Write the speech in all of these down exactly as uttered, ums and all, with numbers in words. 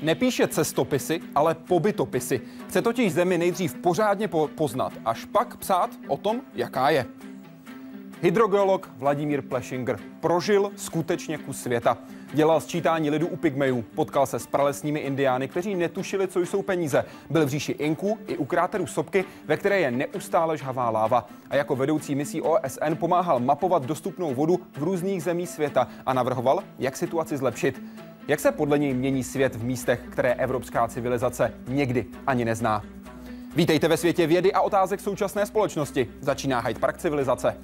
Nepíše cestopisy, ale pobytopisy. Chce totiž zemi nejdřív pořádně po- poznat, až pak psát o tom, jaká je. Hydrogeolog Vladimír Plešingr prožil skutečně kus světa. Dělal sčítání lidu u pygmejů, potkal se s pralesními indiány, kteří netušili, co jsou peníze. Byl v říši Inků i u kráteru Sopky, ve které je neustále žhavá láva. A jako vedoucí misí O S N pomáhal mapovat dostupnou vodu v různých zemích světa a navrhoval, jak situaci zlepšit. Jak se podle něj mění svět v místech, které evropská civilizace někdy ani nezná. Vítejte ve světě vědy a otázek současné společnosti. Začíná Hyde Park civilizace.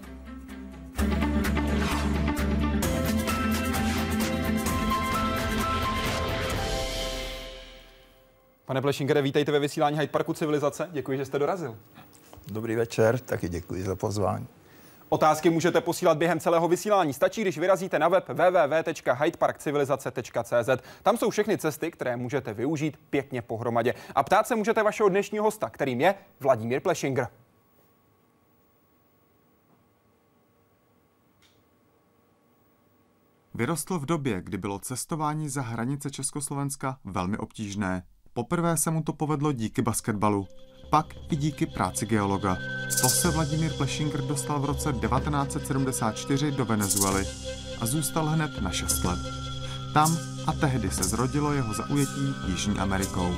Pane Plešingere, vítejte ve vysílání Hyde Parku civilizace. Děkuji, že jste dorazil. Dobrý večer, taky děkuji za pozvání. Otázky můžete posílat během celého vysílání. Stačí, když vyrazíte na web w w w tečka hyde park civilizace tečka c z. Tam jsou všechny cesty, které můžete využít pěkně pohromadě. A ptát se můžete vašeho dnešního hosta, kterým je Vladimír Plešingr. Vyrostl v době, kdy bylo cestování za hranice Československa velmi obtížné. Poprvé se mu to povedlo díky basketbalu, pak i díky práci geologa. To se Vladimír Plešingr dostal v roce devatenáct set sedmdesát čtyři do Venezuely a zůstal hned na šest let. Tam a tehdy se zrodilo jeho zaujetí Jižní Amerikou.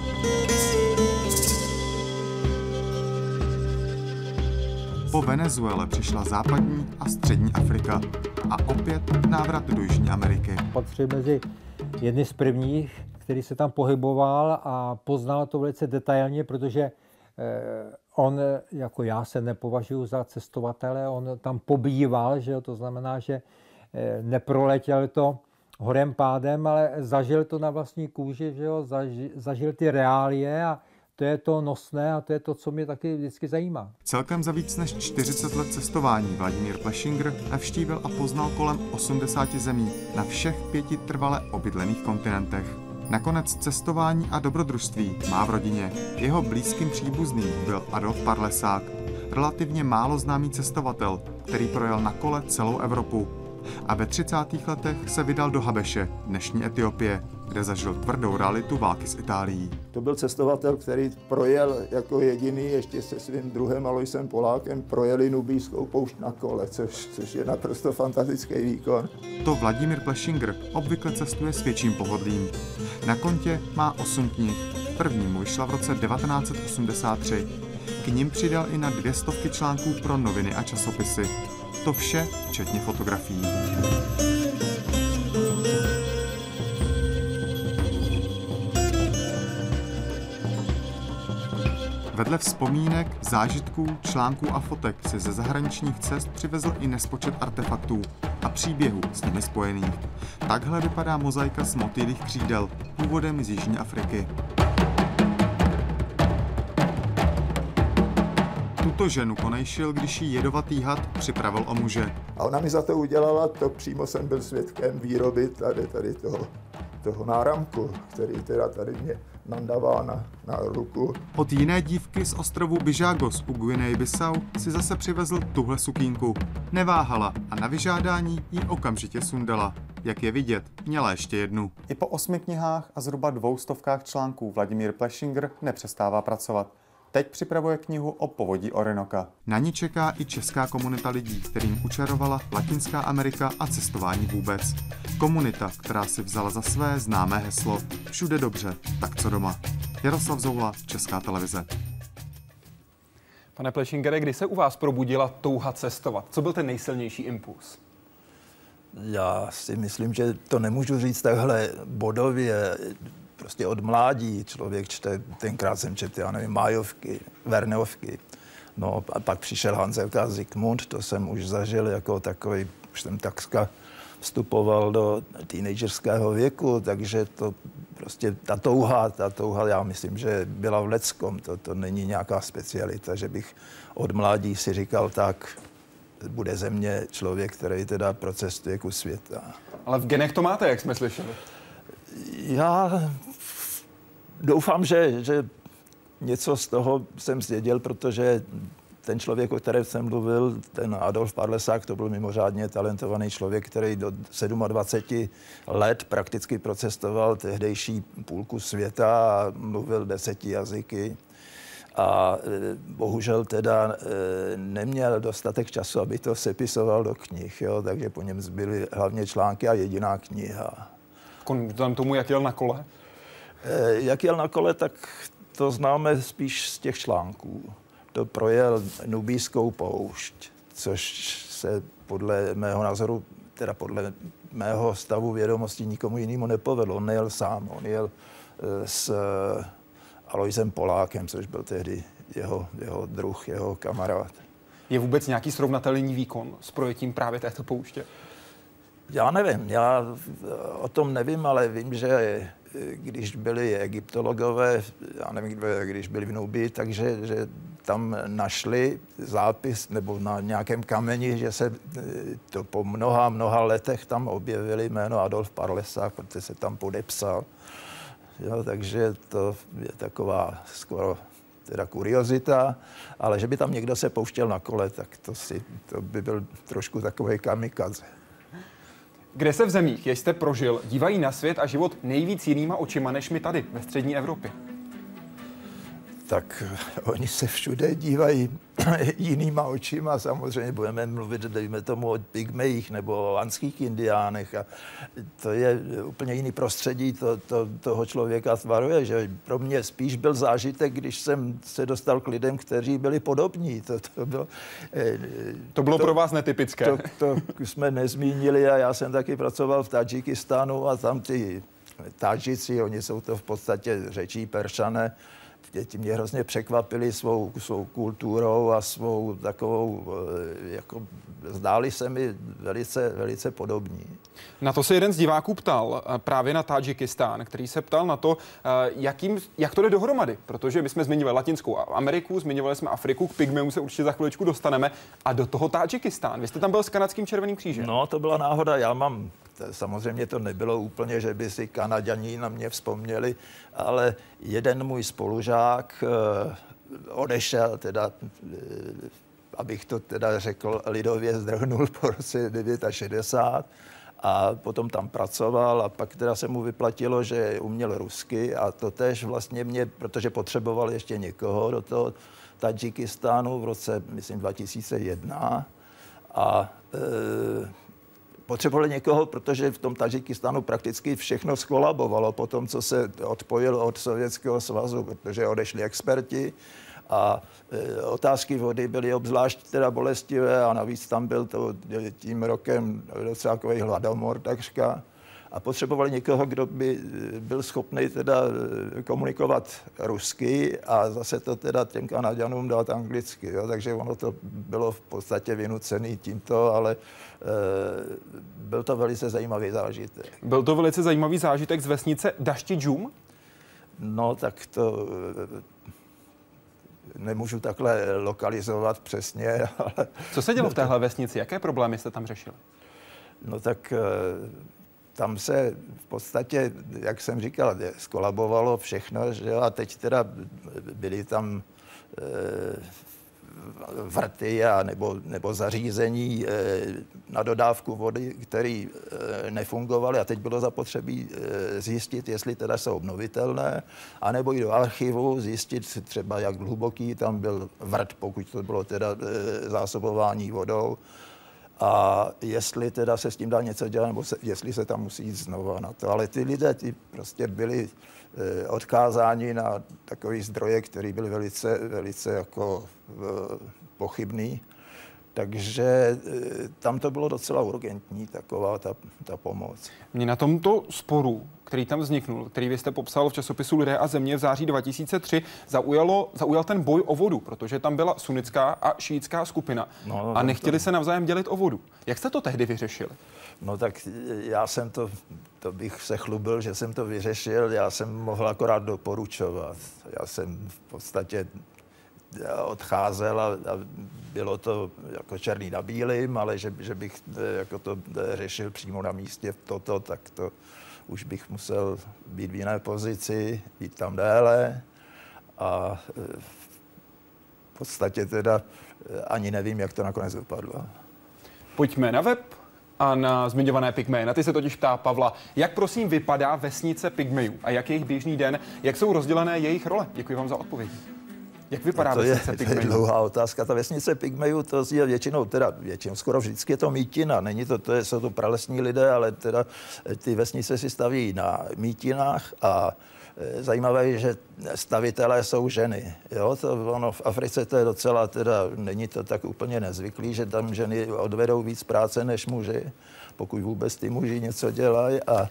Po Venezuele přišla západní a střední Afrika a opět návrat do Jižní Ameriky. Patřil mezi jedny z prvních, který se tam pohyboval a poznal to velice detailně, protože on, jako já se nepovažuji za cestovatele, on tam pobýval, že jo, to znamená, že neproletěl to horem pádem, ale zažil to na vlastní kůži, že jo, zažil, zažil ty reálie a to je to nosné a to je to, co mě taky vždycky zajímá. Celkem za víc než čtyřicet let cestování Vladimír Plešingr navštívil a poznal kolem osmdesáti zemí na všech pěti trvale obydlených kontinentech. Nakonec cestování a dobrodružství má v rodině. Jeho blízkým příbuzným byl Adolf Parlesák, relativně málo známý cestovatel, který projel na kole celou Evropu. A ve třicátých letech se vydal do Habeše, dnešní Etiopie, kde zažil tvrdou realitu války s Itálií. To byl cestovatel, který projel jako jediný, ještě se svým druhem Aloisem Polákem, projeli Nubijskou poušť na kole, což, což je naprosto fantastický výkon. To Vladimír Plešingr obvykle cestuje s větším pohodlím. Na kontě má osm knih. První mu vyšla v roce devatenáct set osmdesát tři. K nim přidal i na dvě stovky článků pro noviny a časopisy. To vše včetně fotografií. Vedle vzpomínek, zážitků, článků a fotek si ze zahraničních cest přivezl i nespočet artefaktů a příběhů s nimi spojených. Takhle vypadá mozaika z motýlích křídel, původem z Jižní Afriky. Tuto ženu konejšil, když jí jedovatý had připravil o muže. A ona mi za to udělala, to přímo jsem byl svědkem výroby tady, tady toho, toho náramku, který teda tady mě nandává na, na ruku. Od jiné dívky z ostrovu Bijagos u Guiney-Bissau si zase přivezl tuhle sukínku. Neváhala a na vyžádání ji okamžitě sundala. Jak je vidět, měla ještě jednu. I po osmi knihách a zhruba dvou stovkách článků Vladimír Plešingr nepřestává pracovat. Teď připravuje knihu o povodí Orinoka. Na ní čeká i česká komunita lidí, kterým učarovala Latinská Amerika a cestování vůbec. Komunita, která si vzala za své známé heslo Všude dobře, tak co doma. Jaroslav Zoula, Česká televize. Pane Plešingere, kdy se u vás probudila touha cestovat? Co byl ten nejsilnější impuls? Já si myslím, že to nemůžu říct takhle bodově. Prostě od mládí člověk čte, tenkrát jsem četl, já nevím, Májovky, Verneovky. No a pak přišel Hanzelka Zikmund, to jsem už zažil jako takový, už jsem takřka vstupoval do teenagerského věku, takže to prostě ta touha, ta touha, já myslím, že byla v leckom, to, to není nějaká specialita, že bych od mládí si říkal, tak bude ze mě člověk, který teda procestuje kus světa. Ale v genech to máte, jak jsme slyšeli. Já doufám, že, že něco z toho jsem zdědil, protože ten člověk, o kterém jsem mluvil, ten Adolf Parlesák, to byl mimořádně talentovaný člověk, který do dvaceti sedmi let prakticky procestoval tehdejší půlku světa a mluvil deseti jazyky. A bohužel teda neměl dostatek času, aby to sepisoval do knih, jo, takže po něm zbyly hlavně články a jediná kniha. Tam tomu, jak jel na kole? Jak jel na kole, tak to známe spíš z těch článků. To projel Nubijskou poušť, což se podle mého názoru, teda podle mého stavu vědomostí nikomu jinému nepovedlo. On nejel sám, on jel s Aloisem Polákem, což byl tehdy jeho, jeho druh, jeho kamarád. Je vůbec nějaký srovnatelný výkon s projetím právě této pouště? Já nevím, já o tom nevím, ale vím, že když byli egyptologové, já nevím, když byli v Nubii, takže že tam našli zápis nebo na nějakém kameni, že se to po mnoha, mnoha letech tam objevili jméno Adolf Parlesák, protože se tam podepsal. Jo, takže to je taková skoro teda kuriozita, ale že by tam někdo se pouštěl na kole, tak to, si, to by byl trošku takový kamikaze. Kde se v zemích, jež jste prožil, dívají na svět a život nejvíc jinýma očima než my tady, ve střední Evropě? Tak oni se všude dívají jinýma očima. Samozřejmě budeme mluvit, dejme tomu, o pygmejích nebo o anských indiánech. A to je úplně jiný prostředí, to, to, toho člověka tvaruje. Že pro mě spíš byl zážitek, když jsem se dostal k lidem, kteří byli podobní. To, to, bylo, to bylo to, pro vás netypické. To, to jsme nezmínili a já jsem taky pracoval v Tadžikistánu a tam ty Tadžici, oni jsou to v podstatě řečí Peršané, děti mě hrozně překvapili svou, svou kulturou a svou takovou, jako zdáli se mi velice, velice podobní. Na to se jeden z diváků ptal, právě na Tadžikistán, který se ptal na to, jakým, jak to jde dohromady, protože my jsme zmiňovali Latinskou Ameriku, zmiňovali jsme Afriku, k pygmeům se určitě za chviličku dostaneme, a do toho Tadžikistán. Vy jste tam byl s kanadským Červeným křížem. No, to byla náhoda, já mám, samozřejmě to nebylo úplně, že by si Kanaďaní na mě vzpomněli, ale jeden můj spolužák odešel, teda, abych to teda řekl lidově, zdrhnul po roce šedesát devět a potom tam pracoval a pak teda se mu vyplatilo, že uměl rusky a to též vlastně mě, protože potřeboval ještě někoho do toho Tadžikistánu v roce, myslím, dva tisíce jedna a e, potřebovali někoho, protože v tom Tadžikistánu prakticky všechno skolabovalo po tom, co se odpojil od Sovětského svazu, protože odešli experti a e, otázky vody byly obzvlášť teda bolestivé a navíc tam byl to, tím rokem docela takový hladomor takřka. A potřebovali někoho, kdo by byl schopný teda komunikovat rusky a zase to teda těm Kanaďanům dát anglicky. Jo? Takže ono to bylo v podstatě vynucený tímto, ale e, byl to velice zajímavý zážitek. Byl to velice zajímavý zážitek z vesnice Daštidžum? No tak to nemůžu takhle lokalizovat přesně. Ale co se dělo v téhle vesnici? Jaké problémy jste tam řešili? No tak tam se v podstatě, jak jsem říkal, skolabovalo všechno, že? A teď teda byly tam e, vrty a nebo, nebo zařízení e, na dodávku vody, které e, nefungovaly a teď bylo zapotřebí e, zjistit, jestli teda jsou obnovitelné, anebo jít do archivu, zjistit třeba, jak hluboký tam byl vrt, pokud to bylo teda e, zásobování vodou. A jestli teda se s tím dá něco dělat, nebo se, jestli se tam musí jít znova na to. Ale ty lidé ty prostě byli e, odkázáni na takový zdroje, který byl velice, velice jako e, pochybný. Takže e, tam to bylo docela urgentní, taková ta, ta pomoc. Mě na tomto sporu, který tam vzniknul, který vy jste popsal v časopisu Lidé a země v září dva tisíce tři, zaujalo, zaujal ten boj o vodu, protože tam byla sunnická a šíitská skupina no, a nechtěli to... se navzájem dělit o vodu. Jak jste to tehdy vyřešili? No tak já jsem to, to bych se chlubil, že jsem to vyřešil, já jsem mohl akorát doporučovat. Já jsem v podstatě odcházel a, a bylo to jako černý na bílým, ale že, že bych jako to řešil přímo na místě toto, tak to už bych musel být v jiné pozici, být tam déle a podstatě teda ani nevím, jak to nakonec dopadlo. Pojďme na web a na zmiňované pygmeje. Na ty se totiž ptá Pavla, jak prosím vypadá vesnice pygmejů a jak je jejich běžný den, jak jsou rozdělené jejich role. Děkuji vám za odpověď. Jak vypadá to vesnice je, pygmejů? To je dlouhá otázka. Ta vesnice pygmejů, to je většinou, teda většinou, skoro vždycky je to mítina. Není to, to je, jsou to pralesní lidé, ale teda ty vesnice si staví na mítinách a zajímavé je, že stavitelé jsou ženy. Jo, to ono v Africe to je docela, teda není to tak úplně nezvyklý, že tam ženy odvedou víc práce než muži, pokud vůbec ty muži něco dělají a e,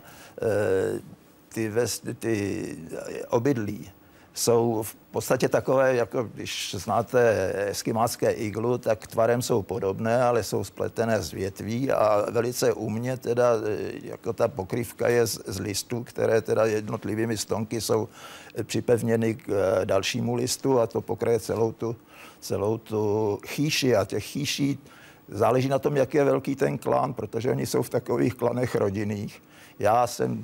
ty, ves, ty obydlí jsou v podstatě takové, jako když znáte eskimácké iglu, tak tvarem jsou podobné, ale jsou spletené z větví a velice umně teda, jako ta pokrývka je z, z listů, které teda jednotlivými stonky jsou připevněny k dalšímu listu a to pokryje celou tu, celou tu chýši a těch chýší záleží na tom, jak je velký ten klan, protože oni jsou v takových klanech rodinných. Já jsem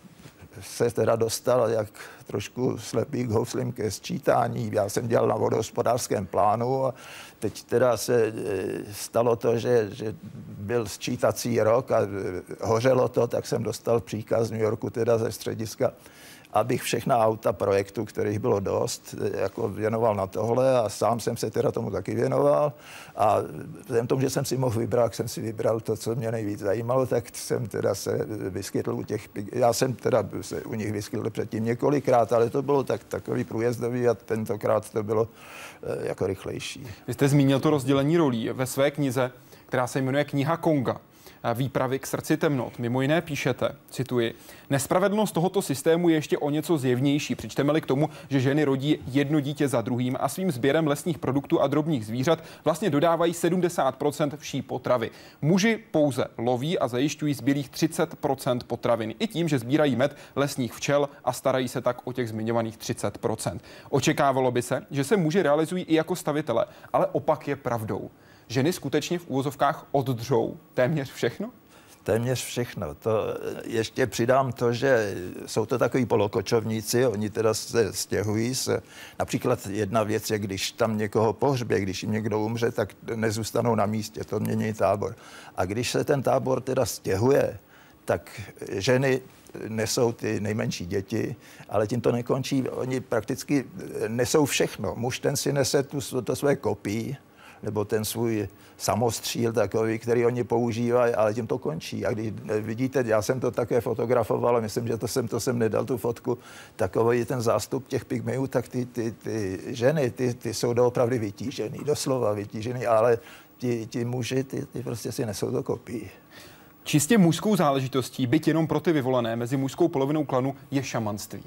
se teda dostal jak trošku slepý k houslím ke sčítání. Já jsem dělal na vodohospodářském plánu a teď teda se stalo to, že, že byl sčítací rok a hořelo to, tak jsem dostal příkaz z New Yorku teda ze střediska, abych všechna auta projektu, kterých bylo dost, jako věnoval na tohle a sám jsem se teda tomu taky věnoval a vzhledem tomu, že jsem si mohl vybrat, jsem si vybral to, co mě nejvíc zajímalo, tak jsem teda se vyskytl u těch, já jsem teda se u nich vyskytl předtím několikrát, ale to bylo tak, takový průjezdový a tentokrát to bylo jako rychlejší. Vy jste zmínil to rozdělení rolí ve své knize, která se jmenuje Kniha Konga. Výpravy k srdci temnot. Mimo jiné píšete, cituji, nespravedlnost tohoto systému je ještě o něco zjevnější. Přičteme-li k tomu, že ženy rodí jedno dítě za druhým a svým sběrem lesních produktů a drobných zvířat vlastně dodávají sedmdesát procent vší potravy. Muži pouze loví a zajišťují zbylých třicet procent potravin. I tím, že sbírají med lesních včel a starají se tak o těch zmiňovaných třicet procent. Očekávalo by se, že se muži realizují i jako stavitele, ale opak je pravdou. Ženy skutečně v úvozovkách oddřou téměř všechno? Téměř všechno. To ještě přidám to, že jsou to takový polokočovníci, oni teda se stěhují se. Například jedna věc je, když tam někoho pohřbě, když jim někdo umře, tak nezůstanou na místě, to mění tábor. A když se ten tábor teda stěhuje, tak ženy nesou ty nejmenší děti, ale tím to nekončí. Oni prakticky nesou všechno. Muž ten si nese tu, to své kopí, nebo ten svůj samostříl takový, který oni používají, ale tím to končí. A když vidíte, já jsem to také fotografoval, myslím, že to jsem, to jsem nedal tu fotku, takový ten zástup těch pygmejů, tak ty, ty, ty ženy, ty, ty jsou doopravdy vytížený, doslova vytížený, ale ti, ti muži, ty, ty prostě si nesou to kopí. Čistě mužskou záležitostí, byť jenom pro ty vyvolené, mezi mužskou polovinou klanu je šamanství.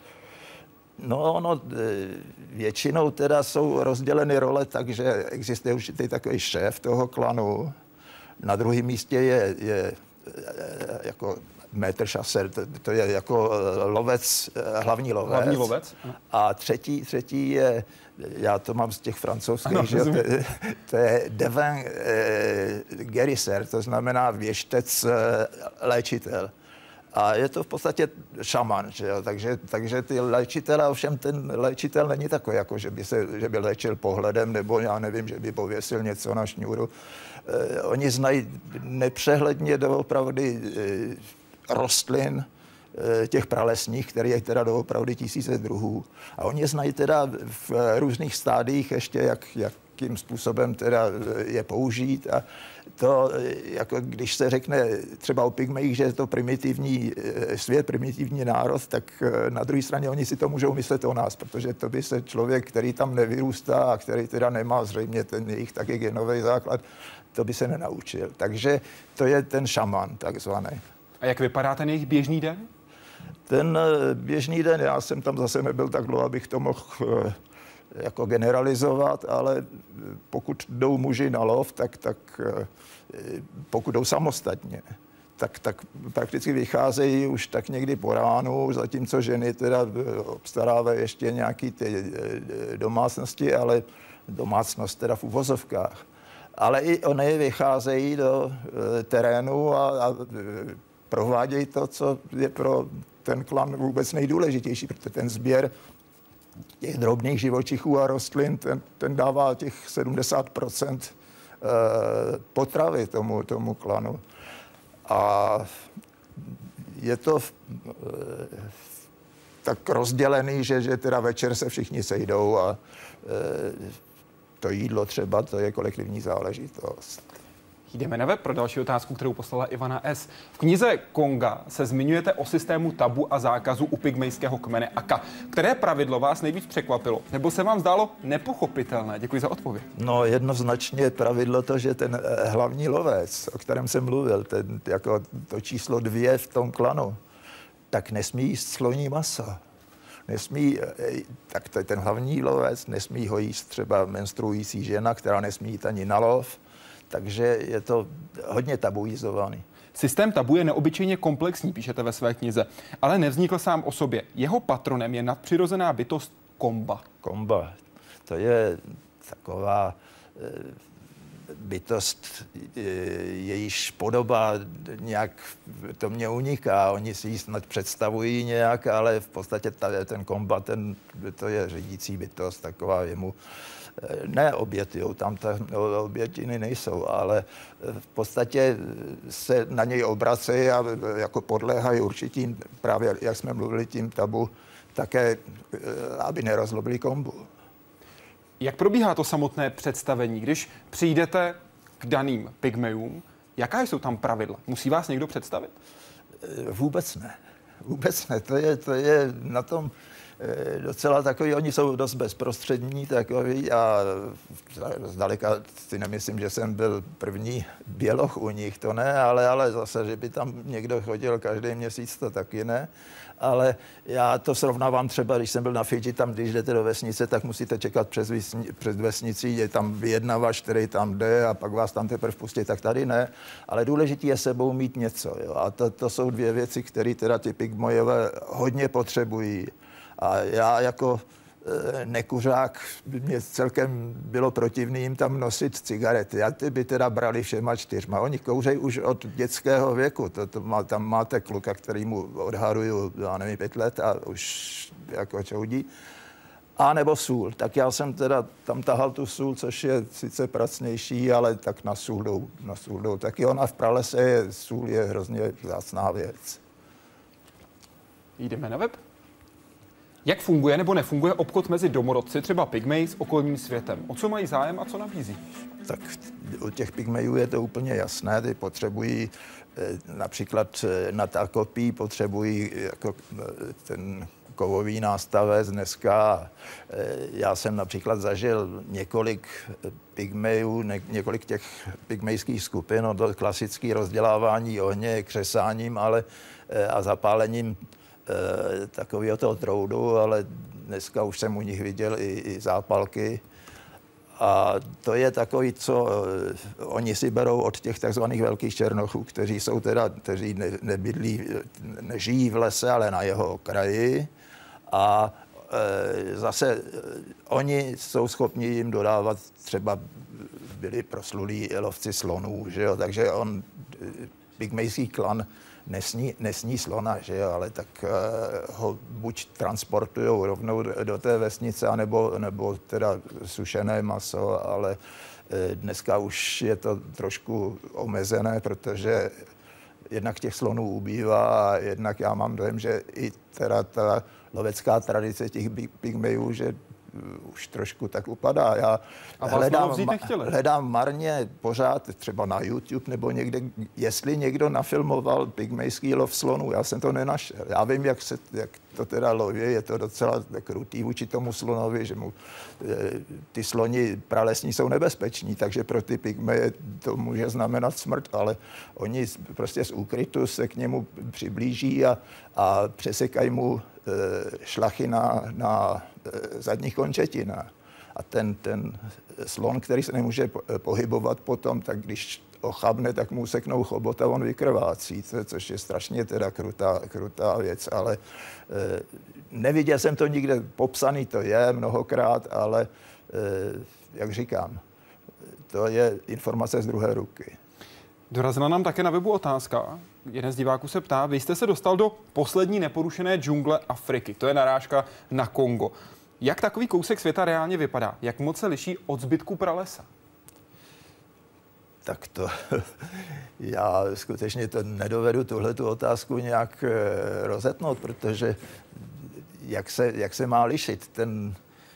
No, no, většinou teda jsou rozděleny role tak, že existuje určitý takový šéf toho klanu. Na druhém místě je, je jako maître chasseur, to, to je jako lovec, hlavní lovec. Hlavní lovec. A třetí, třetí je, já to mám z těch francouzských, ano, že to, to je devin eh, guérisseur, to znamená věštec, eh, léčitel. A je to v podstatě šaman, že jo? Takže, takže ty léčitele, ovšem ten léčitel není takový, jako že by, se, že by léčil pohledem, nebo já nevím, že by pověsil něco na šňůru. Eh, oni znají nepřehledně doopravdy eh, rostlin, eh, těch pralesních, který je teda doopravdy tisíce druhů. A oni znají teda v různých stádiích ještě, jak, jakým způsobem teda je použít. A to, jako když se řekne třeba o pygmejích, že je to primitivní svět, primitivní národ, tak na druhé straně oni si to můžou myslet o nás, protože to by se člověk, který tam nevyrůstá a který teda nemá zřejmě ten jejich taky genový základ, to by se nenaučil. Takže to je ten šaman takzvaný. A jak vypadá ten jejich běžný den? Ten běžný den, já jsem tam zase nebyl tak dlouho, abych to mohl jako generalizovat, ale pokud jdou muži na lov, tak, tak pokud jdou samostatně, tak, tak prakticky vycházejí už tak někdy po ránu, zatímco ženy teda obstarávají ještě nějaký ty domácnosti, ale domácnost teda v uvozovkách. Ale i oni vycházejí do terénu a, a provádějí to, co je pro ten klan vůbec nejdůležitější, protože ten sběr těch drobných živočichů a rostlin, ten, ten dává těch sedmdesát procent potravy tomu, tomu klanu. A je to tak rozdělený, že, že teda večer se všichni sejdou a to jídlo třeba, to je kolektivní záležitost. Jdeme na web pro další otázku, kterou poslala Ivana S. V knize Konga se zmiňujete o systému tabu a zákazu u pygmejského kmene Aka. Které pravidlo vás nejvíc překvapilo? Nebo se vám zdálo nepochopitelné? Děkuji za odpověď. No jednoznačně pravidlo to, že ten hlavní lovec, o kterém jsem mluvil, ten, jako to číslo dvě v tom klanu, tak nesmí jíst sloní maso. Nesmí, tak ten hlavní lovec nesmí ho jíst třeba menstruující žena, která nesmí jít ani na lov. Takže je to hodně tabuizovaný. Systém tabu je neobyčejně komplexní, píšete ve své knize, ale nevznikl sám o sobě. Jeho patronem je nadpřirozená bytost Komba. Komba, to je taková bytost, jejíž podoba nějak, to mě uniká, oni si ji snad představují nějak, ale v podstatě ta, ten Komba, ten, to je řídící bytost, taková jemu ne obětujou, tam ta obětiny nejsou, ale v podstatě se na něj obracejí a jako podléhají určitým, právě jak jsme mluvili tím tabu, také, aby nerozlobili Kombu. Jak probíhá to samotné představení, když přijdete k daným pygmejům? Jaká jsou tam pravidla? Musí vás někdo představit? Vůbec ne. Vůbec ne. To je, to je na tom docela takový, oni jsou dost bezprostřední takový a zdaleka si nemyslím, že jsem byl první běloch u nich, to ne, ale, ale zase, že by tam někdo chodil každý měsíc, to taky ne. Ale já to srovnávám třeba, když jsem byl na Fidži, tam, když jdete do vesnice, tak musíte čekat přes, vesni, přes vesnici, je tam vyjednavač, který tam jde a pak vás tam teprve pustí, tak tady ne. Ale důležité je sebou mít něco. Jo? A to, to jsou dvě věci, které teda ty pygmojové hodně potřebují. A já jako e, nekuřák, mě celkem bylo protivný jim tam nosit cigarety. A ty by teda brali všema čtyřma. Oni kouřejí už od dětského věku. To, to má, tam máte kluka, který mu odhaduju, já nevím, pět let a už jako čoudí. A nebo sůl. Tak já jsem teda tam tahal tu sůl, což je sice pracnější, ale tak na sůl jdou, na sůl jdou. Taky ona v pralese je, sůl je hrozně vzácná věc. Jdeme na web. Jak funguje nebo nefunguje obchod mezi domorodci, třeba pygmej, s okolním světem? O co mají zájem a co nabízí? Tak u těch pygmejů je to úplně jasné. Ty potřebují například na takopí, potřebují jako ten kovový nástavec dneska. Já jsem například zažil několik pygmejů, několik těch pygmejských skupin, no to klasické rozdělávání ohně, křesáním ale, a zapálením E, takového toho troudu, ale dneska už jsem u nich viděl i, i zápalky. A to je takový, co e, oni si berou od těch takzvaných velkých černochů, kteří jsou teda, kteří ne, nebydlí, nežijí v lese, ale na jeho okraji. A e, zase e, oni jsou schopni jim dodávat, třeba byli proslulí lovci slonů, že jo? Takže on, pygmejský klan, Nesní, nesní slona, že jo, ale tak uh, ho buď transportujou rovnou do, do té vesnice, anebo, nebo teda sušené maso, ale uh, dneska už je to trošku omezené, protože jednak těch slonů ubývá a jednak já mám dojem, že i teda ta lovecká tradice těch pygmejů, že už trošku tak upadá. Já hledám, hledám marně pořád třeba na YouTube nebo někde, jestli někdo nafilmoval pygmejský lov slonů. Já jsem to nenašel. Já vím, jak, se, jak to teda loví. Je to docela krutý vůči tomu slonovi, že mu ty sloni pralesní jsou nebezpeční, takže pro ty pygmeje to může znamenat smrt, ale oni prostě z úkrytu se k němu přiblíží a, a přesekají mu šlachy na, na zadních končetinách. A ten, ten slon, který se nemůže pohybovat potom, tak když ochabne, tak mu seknou chobot a on vykrvácí, což je strašně teda krutá, krutá věc, ale eh, neviděl jsem to nikde, popsaný to je mnohokrát, ale eh, jak říkám, to je informace z druhé ruky. Dorazila nám také na webu otázka. Jeden z diváků se ptá, vy jste se dostal do poslední neporušené džungle Afriky. To je narážka na Kongo. Jak takový kousek světa reálně vypadá? Jak moc se liší od zbytku pralesa? Tak to, já skutečně to nedovedu tuhletu otázku nějak rozetnout, protože jak se, jak se má lišit ten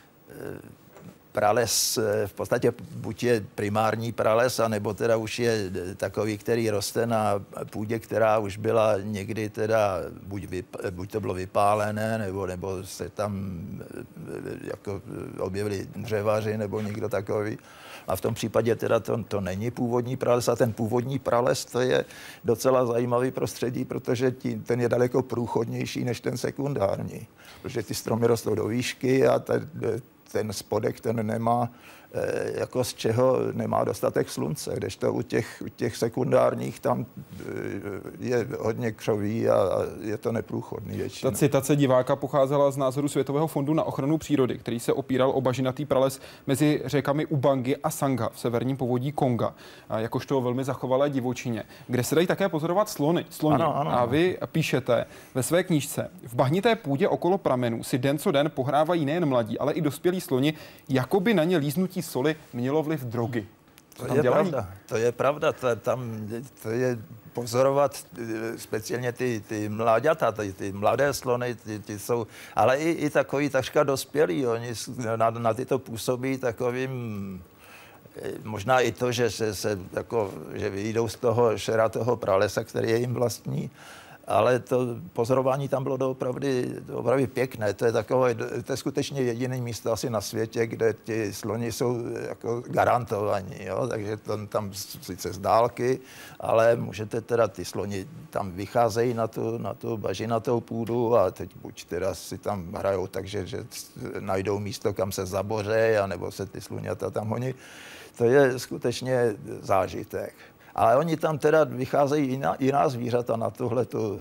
prales, v podstatě buď je primární prales, anebo teda už je takový, který roste na půdě, která už byla někdy teda, buď, vyp, buď to bylo vypálené, nebo, nebo se tam jako objevili dřevaři, nebo někdo takový. A v tom případě teda to, to není původní prales a ten původní prales to je docela zajímavý prostředí, protože tí, ten je daleko průchodnější než ten sekundární. Protože ty stromy rostou do výšky a ten, ten spodek ten nemá, jako z čeho nemá dostatek slunce, kdežto u těch, u těch sekundárních tam je hodně křoví a je to neprůchodný většinou. Ta citace diváka pocházela z názoru Světového fondu na ochranu přírody, který se opíral o bažinatý prales mezi řekami Ubangi a Sanga v severním povodí Konga, jakožto velmi zachovalé divočině, kde se dají také pozorovat slony. sloni. Ano, ano, a vy píšete ve své knížce: v bahnité půdě okolo pramenů si den co den pohrávají nejen mladí, ale i dospělí sloni, jako by na ně líznutí soli mělo vliv drogy. To je pravda, to je pravda, to, tam, to je pozorovat speciálně ty, ty mláďata, ty, ty mladé slony, ty, ty jsou, ale i, i takový takřka dospělí, oni na, na tyto působí takovým, možná i to, že se, se jako, že vyjdou z toho šeratého pralesa, který je jim vlastní, ale to pozorování tam bylo doopravdy, doopravdy pěkné. To je takové, to je skutečně jediné místo asi na světě, kde ti sloni jsou jako garantovaní, jo? Takže to, tam sice z dálky, ale můžete teda, ty sloni tam vycházejí na tu, na tu bažinatou půdu a teď buď teda si tam hrajou tak, že, že najdou místo, kam se zaboře, anebo se ty sluňata tam honí. To je skutečně zážitek. Ale oni tam teda vycházejí jiná, jiná zvířata na tuhle tu,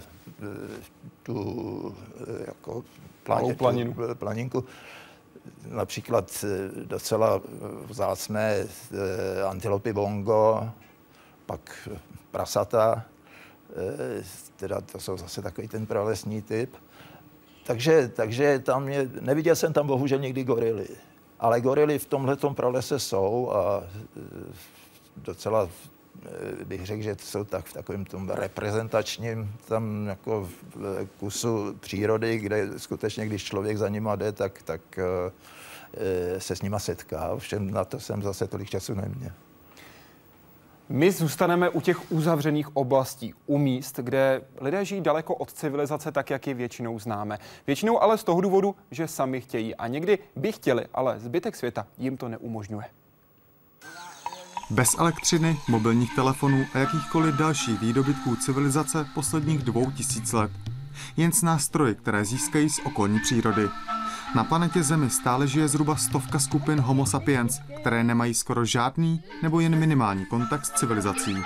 tu jako planě, planinu. Tu planinku. Například docela vzácné antilopy bongo, pak prasata, teda to jsou zase takový ten pralesní typ. Takže, takže tam je, neviděl jsem tam bohužel nikdy gorily, ale gorily v tomhletom pralese jsou a docela bych řekl, že jsou tak v takovém tom reprezentačním tam jako kusu přírody, kde skutečně, když člověk za nima jde, tak, tak se s nima setká. Ovšem na to jsem zase tolik času neměl. My zůstaneme u těch uzavřených oblastí, u míst, kde lidé žijí daleko od civilizace, tak jak ji většinou známe. Většinou ale z toho důvodu, že sami chtějí a někdy by chtěli, ale zbytek světa jim to neumožňuje. Bez elektřiny, mobilních telefonů a jakýchkoliv dalších výdobytků civilizace posledních dvou tisíc let. Jen s nástroji, které získají z okolní přírody. Na planetě Zemi stále žije zhruba stovka skupin Homo sapiens, které nemají skoro žádný nebo jen minimální kontakt s civilizací.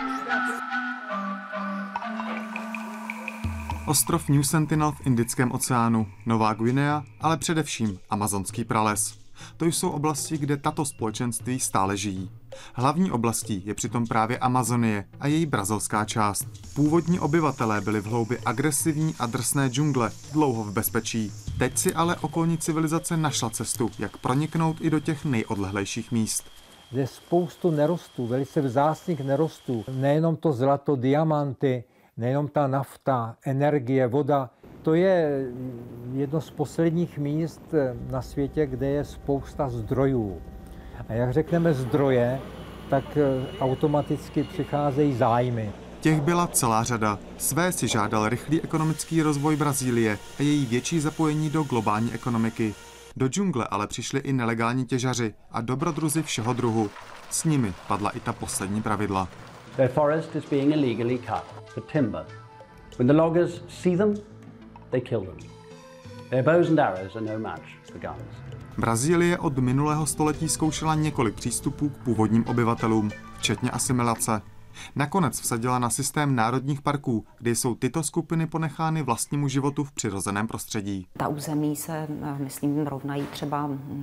Ostrov New Sentinel v Indickém oceánu, Nová Guinea, ale především amazonský prales. To jsou oblasti, kde tato společenství stále žijí. Hlavní oblastí je přitom právě Amazonie a její brazilská část. Původní obyvatelé byli v hloubi agresivní a drsné džungle dlouho v bezpečí. Teď si ale okolní civilizace našla cestu, jak proniknout i do těch nejodlehlejších míst. Je spoustu nerostů, velice vzácných nerostů. Nejenom to zlato, diamanty, nejenom ta nafta, energie, voda. To je jedno z posledních míst na světě, kde je spousta zdrojů. A jak řekneme zdroje, tak automaticky přicházejí zájmy. Těch byla celá řada. Své si žádal rychlý ekonomický rozvoj Brazílie a její větší zapojení do globální ekonomiky. Do džungle ale přišli i nelegální těžaři a dobrodruzi všeho druhu. S nimi padla i ta poslední pravidla. Their forest is being illegally cut for timber. When the loggers see them, they kill them. Their bows and arrows are no match for guns. Brazílie od minulého století zkoušela několik přístupů k původním obyvatelům, včetně asimilace. Nakonec vsadila na systém národních parků, kde jsou tyto skupiny ponechány vlastnímu životu v přirozeném prostředí. Ta území se, myslím, rovnají třeba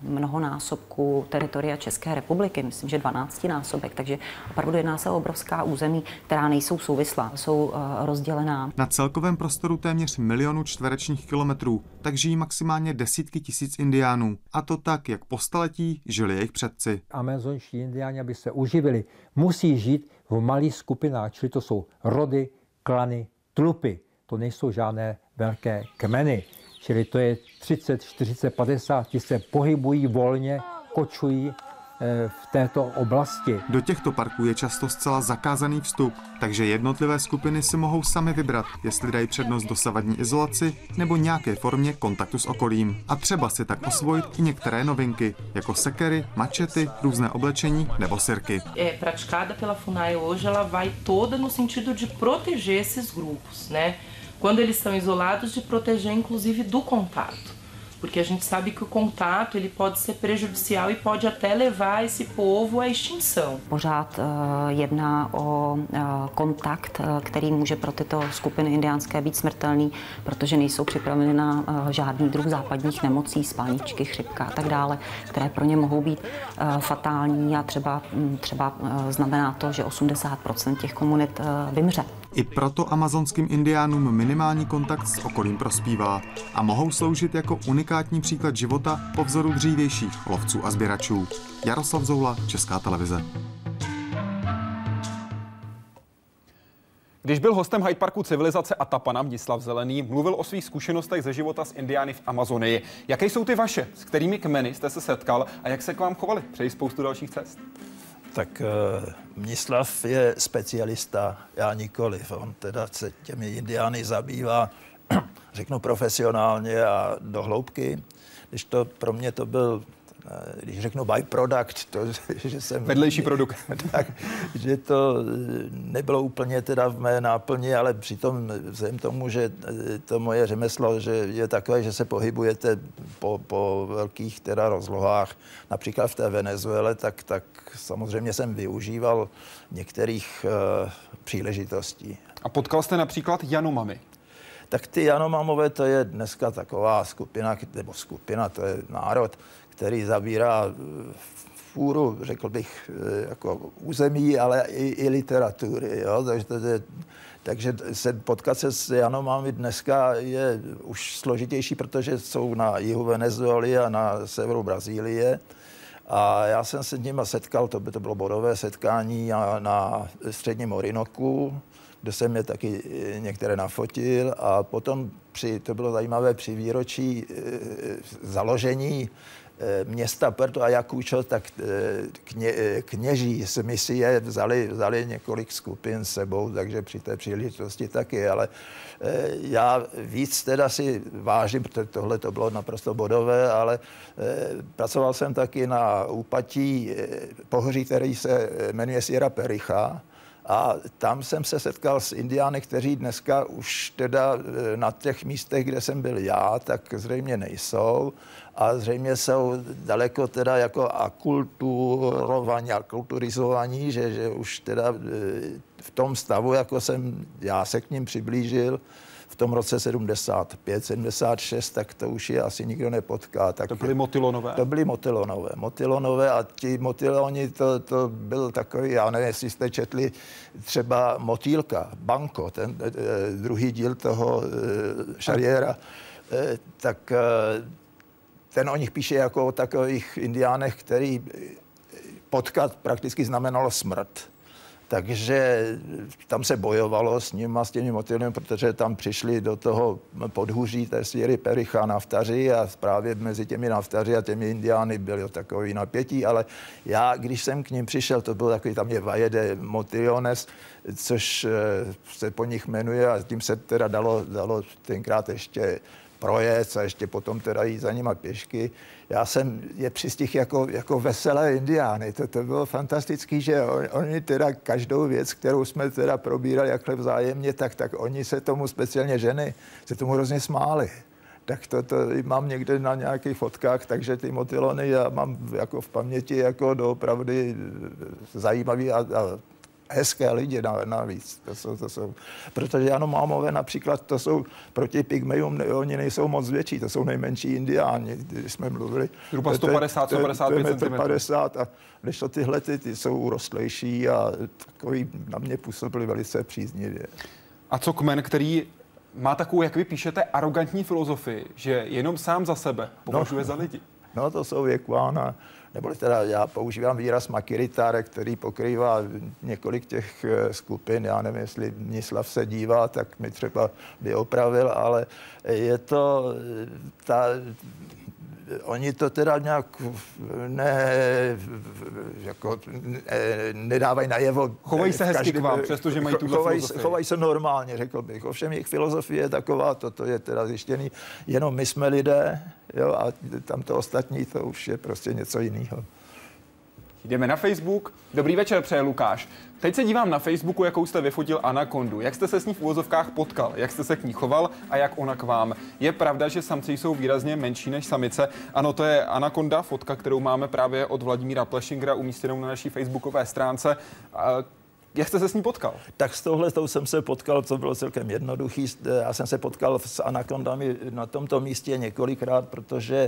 mnohonásobku teritoria České republiky, myslím, že dvanáctinásobek, takže opravdu jedná se o obrovská území, která nejsou souvislá, jsou rozdělená. Na celkovém prostoru téměř milionu čtverečních kilometrů tak žijí maximálně desítky tisíc indiánů. A to tak, jak po staletí žili jejich předci. Amazonští indiáni, aby se uživili, musí žít v malých skupinách, čili to jsou rody, klany, tlupy. To nejsou žádné velké kmeny. Čili to je třicet, čtyřicet, padesát, ti se pohybují volně, kočují v této oblasti. Do těchto parků je často zcela zakázaný vstup, takže jednotlivé skupiny si mohou sami vybrat, jestli dají přednost dosavadní izolaci nebo nějaké formě kontaktu s okolím. A třeba si tak osvojit i některé novinky, jako sekery, mačety, různé oblečení nebo sirky. É praticada pela FUNAI hoje, ela vai toda no sentido de proteger esses grupos, né? Quando eles estão isolados, de proteger inclusive do contato. Porque a gente sabe que o contato ele pode ser prejudicial e pode até levar esse povo à extinção. Pořád uh, jedná o uh, kontakt, uh, který může pro tyto skupiny indiánské být smrtelný, protože nejsou připraveny na uh, žádný druh západních nemocí, spalničky, chřipka a tak dále, které pro ně mohou být uh, fatální a třeba, um, třeba uh, znamená to, že osmdesát procent těch komunit uh, vymře. I proto amazonským indiánům minimální kontakt s okolím prospívá a mohou sloužit jako unikátní příklad života po vzoru dřívějších lovců a sběračů. Jaroslav Zoula, Česká televize. Když byl hostem Hyde Parku civilizace Atapana, Mstislav Zelený mluvil o svých zkušenostech ze života s indiány v Amazonii. Jaké jsou ty vaše? S kterými kmeny jste se setkal a jak se k vám chovali? Přeji spoustu dalších cest. Tak uh, Mstislav je specialista, já nikoliv. On teda se těmi indiány zabývá, řeknu profesionálně a do hloubky. Když to pro mě to byl, když řeknu byproduct, to, že jsem... Vedlejší produkt. Tak, že to nebylo úplně teda v mé náplni, ale přitom vzhledem tomu, že to moje řemeslo, že je takové, že se pohybujete po, po velkých teda rozlohách, například v té Venezuele, tak, tak samozřejmě jsem využíval některých uh, příležitostí. A potkal jste například Janomami? Tak ty Janomamové, to je dneska taková skupina, nebo skupina, to je národ, který zabírá fůru, řekl bych, jako území, ale i, i literatury. Jo? Takže, to je, takže se potkat se s Janomami dneska je už složitější, protože jsou na jihu Venezuely a na severu Brazílie. A já jsem se s nimi setkal, to by to bylo bodové setkání na, na středním Orinoku, kde jsem je taky některé nafotil a potom při, to bylo zajímavé, při výročí e, založení e, města Puerto Ayacucho, tak e, kně, e, kněží z misie vzali, vzali několik skupin s sebou, takže při té příležitosti taky, ale e, já víc teda si vážím, protože tohle to bylo naprosto bodové, ale e, pracoval jsem taky na úpatí e, pohoří, který se jmenuje Sierra Pericha. A tam jsem se setkal s indiány, kteří dneska už teda na těch místech, kde jsem byl já, tak zřejmě nejsou. A zřejmě jsou daleko teda jako akulturovaní, akulturizovaní, že, že už teda v tom stavu, jako jsem já se k ním přiblížil, v tom roce sedmdesát pět, sedmdesát šest, tak to už je asi nikdo nepotká. Tak to byly motylonové? To byly motylonové. Motylonové a ti motyloni, to, to byl takový, já nevím, jestli jste četli třeba Motýlka, Banco, ten eh, druhý díl toho eh, Charriera, eh, tak eh, ten o nich píše jako o takových indiánech, který potkat prakticky znamenalo smrt. Takže tam se bojovalo s nimi, s těmi motylemi, protože tam přišli do toho podhůří té Sierry Pericha naftaři a právě mezi těmi naftaři a těmi indiány bylo takový napětí, ale já, když jsem k ním přišel, to byl takový, tam je Valle de Motillones, což se po nich jmenuje a tím se teda dalo, dalo tenkrát ještě projet a ještě potom teda jít za nima pěšky. Já jsem je přistihl jako, jako veselé indiány. To, to bylo fantastický, že on, oni teda každou věc, kterou jsme teda probírali jakhle vzájemně, tak, tak oni se tomu, speciálně ženy, se tomu hrozně smáli. Tak to, to mám někde na nějakých fotkách, takže ty motylony já mám jako v paměti jako doopravdy zajímavý a, a hezké lidi navíc. To jsou, to jsou, protože Janomámové například, to jsou proti pygmejům, oni nejsou moc větší, to jsou nejmenší indiáni, když jsme mluvili. Zhruba sto padesát až sto padesát pět centimetrů. A když to tyhle ty, ty jsou urostlejší a takový na mě působili velice příznivě. A co kmen, který má takovou, jak vy píšete, arrogantní filozofii, že jenom sám za sebe považuje no, za lidi? No to jsou Věkvána, nebo teda já používám výraz Makiritáre, který pokrývá několik těch skupin. Já nevím, jestli Mnislav se dívá, tak mi třeba by opravil, ale je to ta... Oni to teda nějak ne, jako, ne, nedávají najevo. Chovají se hezky k vám, přestože mají tuhle chovají, filozofii. Chovají se normálně, řekl bych. Ovšem jejich filozofie je taková, toto je teda zjištěný, jenom my jsme lidé, jo, a tam to ostatní, to už je prostě něco jiného. Jdeme na Facebook. Dobrý večer, přeje Lukáš. Teď se dívám na Facebooku, jakou jste vyfotil anakondu. Jak jste se s ní v uvozovkách potkal? Jak jste se k ní choval a jak ona k vám? Je pravda, že samci jsou výrazně menší než samice? Ano, to je anakonda, fotka, kterou máme právě od Vladimíra Plešingera umístěnou na naší facebookové stránce. Jak jste se s ní potkal? Tak s touhletou jsem se potkal, co bylo celkem jednoduchý. Já jsem se potkal s anakondami na tomto místě několikrát, protože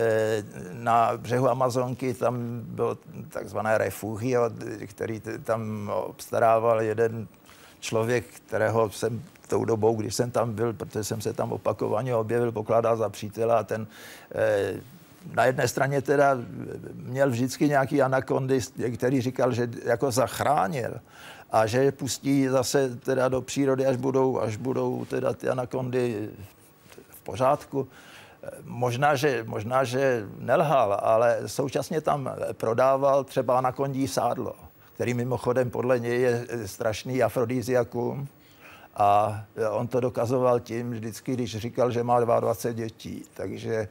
na břehu Amazonky tam bylo takzvané refugio, který tam obstarával jeden člověk, kterého jsem tou dobou, když jsem tam byl, protože jsem se tam opakovaně objevil, pokládal za přítele a ten na jedné straně teda měl vždycky nějaký anakondy, který říkal, že jako zachránil a že je pustí zase teda do přírody, až budou, až budou teda ty anakondy v pořádku. Možná že, možná, že nelhal, ale současně tam prodával třeba anakondí sádlo, který mimochodem podle něj je strašný afrodiziakum. A on to dokazoval tím vždycky, když říkal, že má dvacet dva dětí. Takže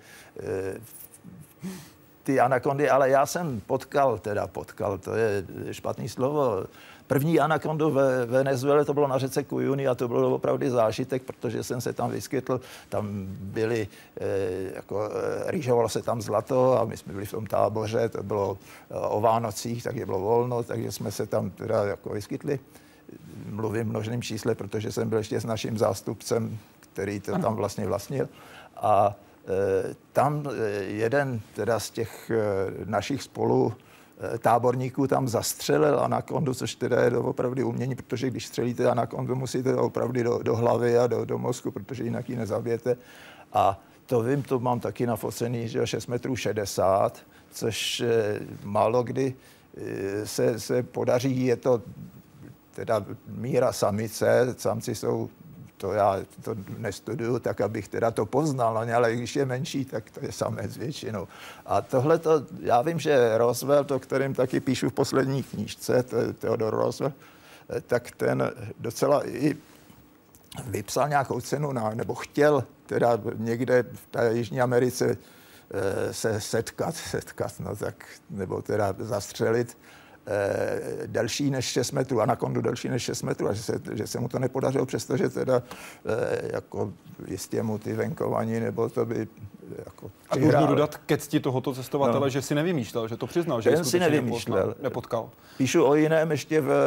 ty anakondy, ale já jsem potkal, teda potkal, to je špatný slovo. První anakondu ve Venezuele, to bylo na řece Cuyuni a to bylo opravdu zážitek, protože jsem se tam vyskytl, tam byli, jako rýžovalo se tam zlato a my jsme byli v tom táboře, to bylo o Vánocích, takže bylo volno, takže jsme se tam teda jako vyskytli. Mluvím v množném čísle, protože jsem byl ještě s naším zástupcem, který to tam vlastně vlastnil. A e, tam jeden teda z těch e, našich spolu e, táborníků tam zastřelil anakondu, což teda je opravdu umění, protože když střelíte anakondu, musíte opravdu do, do hlavy a do, do mozku, protože jinak ji nezabijete. A to vím, to mám taky nafocený, že šest metrů šedesát, což e, málo kdy e, se, se podaří, je to teda míra samice, samci jsou, to já to nestuduju tak, abych teda to poznal, no, ale když je menší, tak to je samec většinou. A tohle to, já vím, že Roosevelt, o kterém taky píšu v poslední knížce, to je Theodore Roosevelt, tak ten docela i vypsal nějakou cenu, na, nebo chtěl teda někde v té Jižní Americe se setkat, setkat, no tak, nebo teda zastřelit Eh, delší než šest metrů, anakondu delší než šest metrů, a že se, že se mu to nepodařilo, přestože teda eh, jako jistě mu ty venkovaní, nebo to by jako a můžu dodat ke cti tohoto cestovatele, no. Že si nevymýšlel, že to přiznal, že si nevymýšlel. Nepotkal. Píšu o jiném ještě v,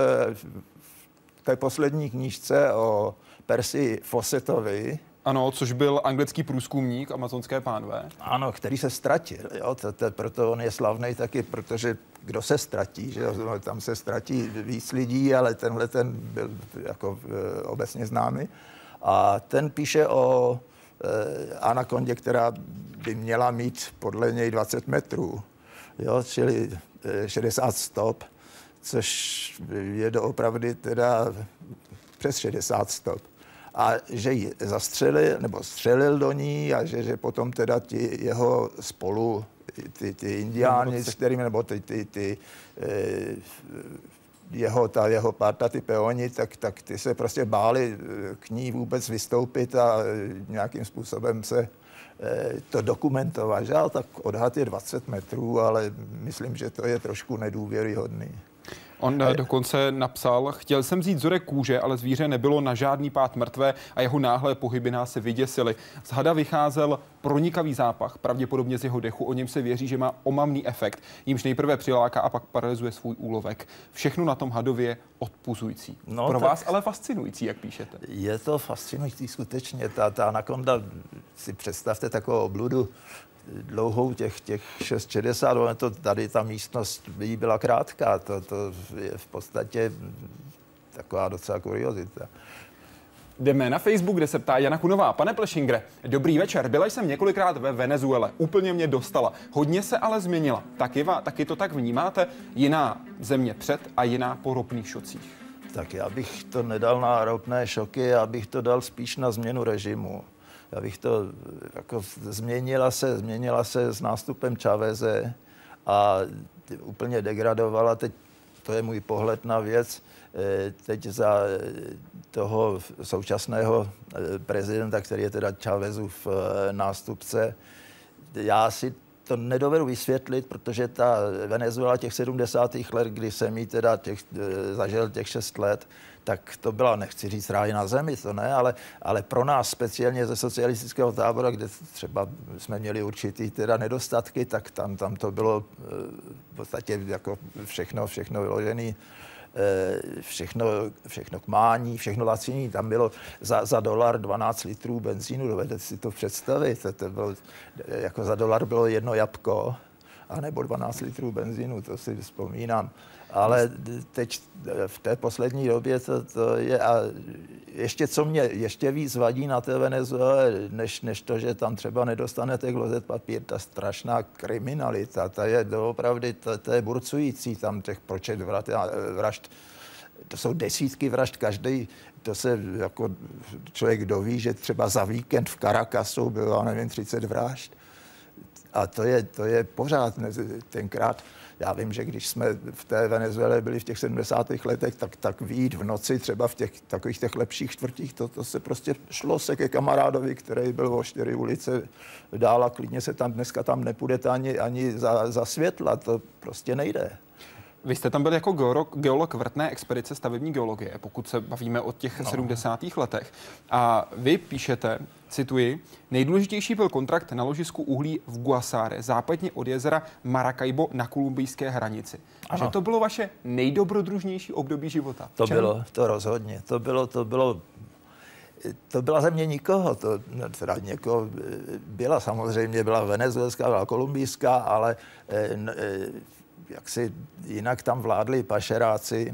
v té poslední knížce o Percy Fawcettovi. Ano, což byl anglický průzkumník amazonské pánve. Ano, který se ztratil. Jo, to, to, proto on je slavný taky, protože kdo se ztratí, že jo, tam se ztratí víc lidí, ale tenhle ten byl jako e, obecně známý. A ten píše o e, anakondě, která by měla mít podle něj dvacet metrů, jo, čili e, šedesát stop, což je doopravdy teda přes šedesát stop. A že ji zastřelil, nebo střelil do ní a že, že potom teda ti jeho spolu, ty, ty indiáni, s kterými, nebo ty, ty, ty eh, jeho, ta jeho parta, ty peoni, tak, tak ty se prostě báli k ní vůbec vystoupit a nějakým způsobem se eh, to dokumentovat. Že? Tak odhad je dvacet metrů, ale myslím, že to je trošku nedůvěryhodný. On dokonce napsal, chtěl jsem vzít vzorek kůže, ale zvíře nebylo na žádný pád mrtvé a jeho náhlé pohyby nás se vyděsily. Z hada vycházel pronikavý zápach, pravděpodobně z jeho dechu, o něm se věří, že má omamný efekt, jímž nejprve přiláká a pak paralyzuje svůj úlovek. Všechno na tom hadovi je odpuzující. No, Pro vás ale fascinující, jak píšete. Je to fascinující skutečně. Ta, ta anakonda, si představte takovou obludu, dlouhou těch, těch šest šedesát, to tady ta místnost by byla krátká, to, to je v podstatě taková docela kuriozita. Jdeme na Facebook, kde se ptá Jana Kunová. Pane Plešingre, dobrý večer. Byla jsem několikrát ve Venezuele. Úplně mě dostala. Hodně se ale změnila. Taky, taky to tak vnímáte? Jiná země před a jiná po ropných šocích. Tak já bych to nedal na ropné šoky, já bych to dal spíš na změnu režimu. Já bych to, jako změnila se, změnila se s nástupem Cháveze a úplně degradovala. Teď to je můj pohled na věc. Teď za toho současného prezidenta, který je teda Chávezův nástupce, já si to nedovedu vysvětlit, protože ta Venezuela těch sedmdesátých let, kdy jsem jí teda těch, zažil těch šest let, tak to byla, nechci říct ráj na zemi, to ne, ale, ale pro nás speciálně ze socialistického tábora, kde třeba jsme měli určitý teda nedostatky, tak tam, tam to bylo v podstatě jako všechno, všechno vyložené. Všechno, všechno k mání, všechno laciní. Tam bylo za, za dolar dvanáct litrů benzínu, dovedete si to představit. To, to bylo, jako za dolar bylo jedno jabko, anebo dvanáct litrů benzínu, to si vzpomínám. Ale teď v té poslední době to, to je, a ještě co mě ještě víc vadí na té Venezuele, než, než to, že tam třeba nedostanete klozet papír, ta strašná kriminalita, ta je doopravdy, to, to je burcující, tam těch počet vražd, to jsou desítky vražd každý, to se jako člověk doví, že třeba za víkend v Caracasu bylo, nevím, třicet vražd. A to je, to je pořád tenkrát. Já vím, že když jsme v té Venezuele byli v těch sedmdesátých letech, tak, tak vyjít v noci třeba v těch takových těch lepších čtvrtích, to, to se prostě šlo se ke kamarádovi, který byl o čtyři ulice dál a klidně se tam dneska tam nepůjdete ani, ani za, za světla, to prostě nejde. Vy jste tam byl jako geolog, geolog vrtné expedice stavební geologie, pokud se bavíme o těch no. sedmdesátých letech. A vy píšete, cituji, nejdůležitější byl kontrakt na ložisku uhlí v Guasare, západně od jezera Maracaibo na kolumbijské hranici. A že to bylo vaše nejdobrodružnější období života. To bylo, to rozhodně. To bylo, to bylo, to byla země nikoho. To, teda někoho byla samozřejmě, byla venezuelská, byla kolumbijská, ale jak si jinak tam vládli pašeráci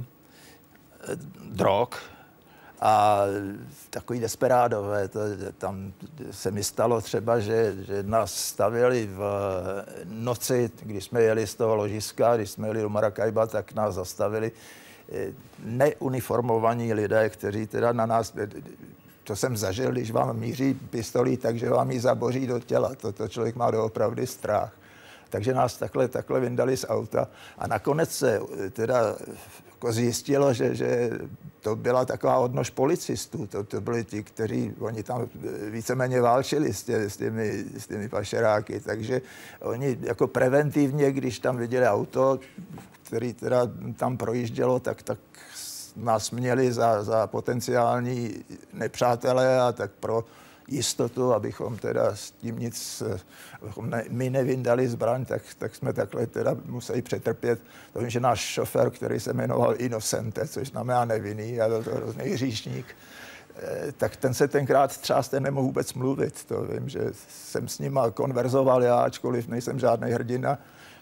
drog a takový desperádové. To, tam se mi stalo třeba, že, že nás stavěli v noci, když jsme jeli z toho ložiska, když jsme jeli do Maracaiba, tak nás zastavili neuniformovaní lidé, kteří teda na nás, to jsem zažil, když vám míří pistolí, takže vám ji zaboří do těla. To, to člověk má doopravdy strach. Takže nás takhle, takhle vyndali z auta a nakonec se teda jako zjistilo, že, že to byla taková odnož policistů. To, to byli ti, kteří, oni tam víceméně válčili s, tě, s, těmi, s těmi pašeráky. Takže oni jako preventivně, když tam viděli auto, který teda tam projíždělo, tak, tak nás měli za, za potenciální nepřátelé a tak pro jistotu, abychom teda s tím nic, abychom ne, my nevyndali zbraň, tak, tak jsme takhle teda museli přetrpět. To vím, že náš šofér, který se jmenoval Inocente, což znamená nevinný, a byl to hrozný hříšník, tak ten se tenkrát třást, ten nemohl vůbec mluvit. To vím, že jsem s nima konverzoval já, ačkoliv nejsem žádný hrdina.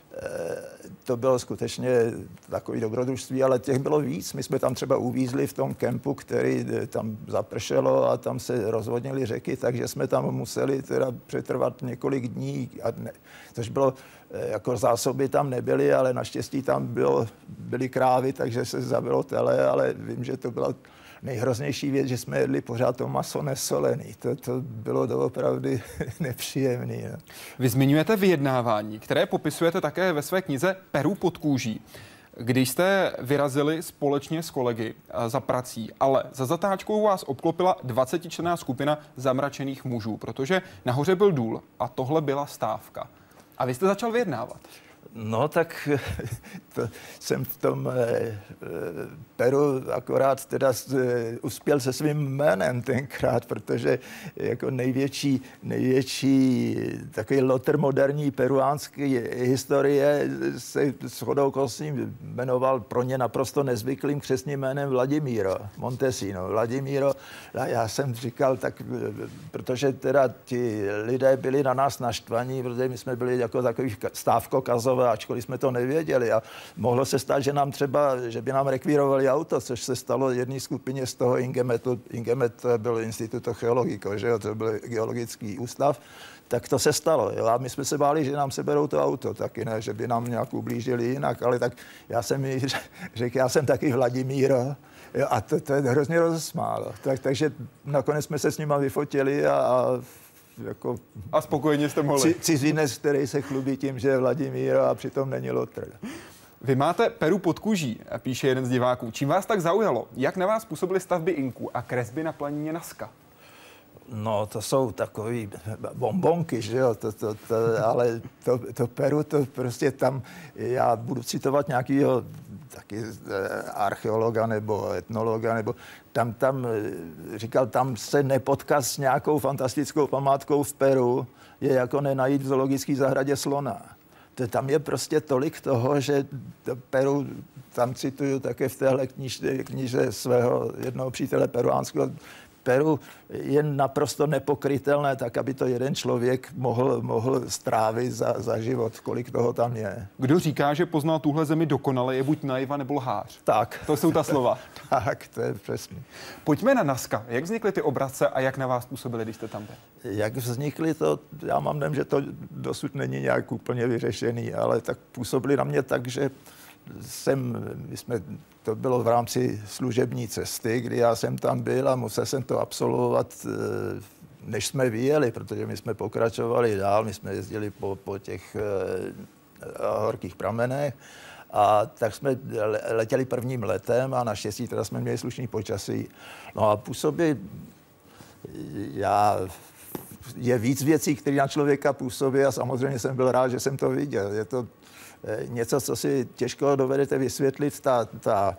To bylo skutečně takový dobrodružství, ale těch bylo víc. My jsme tam třeba uvízli v tom kempu, který tam zapršelo a tam se rozvodnily řeky, takže jsme tam museli teda přetrvat několik dní, a ne, což bylo, jako zásoby tam nebyly, ale naštěstí tam bylo, byly krávy, takže se zabilo tele, ale vím, že to byla nejhroznější věc, že jsme jedli pořád to maso nesolený. To, to bylo doopravdy nepříjemné. No. Vy zmiňujete vyjednávání, které popisujete také ve své knize Peru pod kůží. Když jste vyrazili společně s kolegy za prací, ale za zatáčkou vás obklopila dvacetičlenná skupina zamračených mužů, protože nahoře byl důl a tohle byla stávka. A vy jste začal vyjednávat. No tak to jsem v tom eh, Peru akorát teda s, eh, uspěl se svým jménem tenkrát, protože jako největší, největší takový lotr moderní peruánské historie se shodou okolností jmenoval pro ně naprosto nezvyklým křestním jménem Vladimíro Montesino. Vladimíro, a já jsem říkal, tak protože teda ti lidé byli na nás naštvaní, protože my jsme byli jako takový stávkokazové, ačkoliv jsme to nevěděli a mohlo se stát, že nám třeba, že by nám rekvírovali auto, což se stalo jedné skupině z toho Ingemetu. Ingemet byl Instituto Geologico, že jo, to byl geologický ústav, tak to se stalo. Jo? A my jsme se báli, že nám seberou to auto, taky ne, že by nám nějak ublížili jinak, ale tak já jsem jí řekl, já jsem taky Vladimíro. Jo, a to, to je hrozně rozsmálo. Tak, takže nakonec jsme se s nima vyfotili a, a jako... A spokojeně jste mohli. Cizinec, který se chlubí tím, že je Vladimír a přitom není lotr. Vy máte Peru pod kůží, píše jeden z diváků. Čím vás tak zaujalo? Jak na vás působily stavby Inků a kresby na planině Nazca? No, to jsou takový bombonky, že jo, to, to, to, ale to, to Peru, to prostě tam, já budu citovat nějakýho taky archeologa nebo etnologa, nebo tam, tam říkal, tam se nepotkat s nějakou fantastickou památkou v Peru, je jako nenajít v zoologické zahradě slona. To, tam je prostě tolik toho, že Peru, tam cituju také v téhle kniže, kniže svého jednoho přítele peruánského, Peru je naprosto nepokrytelné, tak aby to jeden člověk mohl, mohl strávit za, za život, kolik toho tam je. Kdo říká, že poznal tuhle zemi dokonale, je buď naiva nebo lhář. Tak. To jsou ta slova. Tak, to je přesně. Pojďme na Nazca. Jak vznikly ty obrazce a jak na vás působily, když jste tam byl? Jak vznikly to, já mám dojem, že to dosud není nějak úplně vyřešený, ale tak působily na mě tak, že jsem, my jsme, to bylo v rámci služební cesty, kdy já jsem tam byl a musel jsem to absolvovat, než jsme vyjeli, protože my jsme pokračovali dál, my jsme jezdili po, po těch uh, horkých pramenech a tak jsme letěli prvním letem a naštěstí teda jsme měli slušný počasí. No a působí, já, je víc věcí, které na člověka působí a samozřejmě jsem byl rád, že jsem to viděl. Je to něco, co si těžko dovedete vysvětlit, ta, ta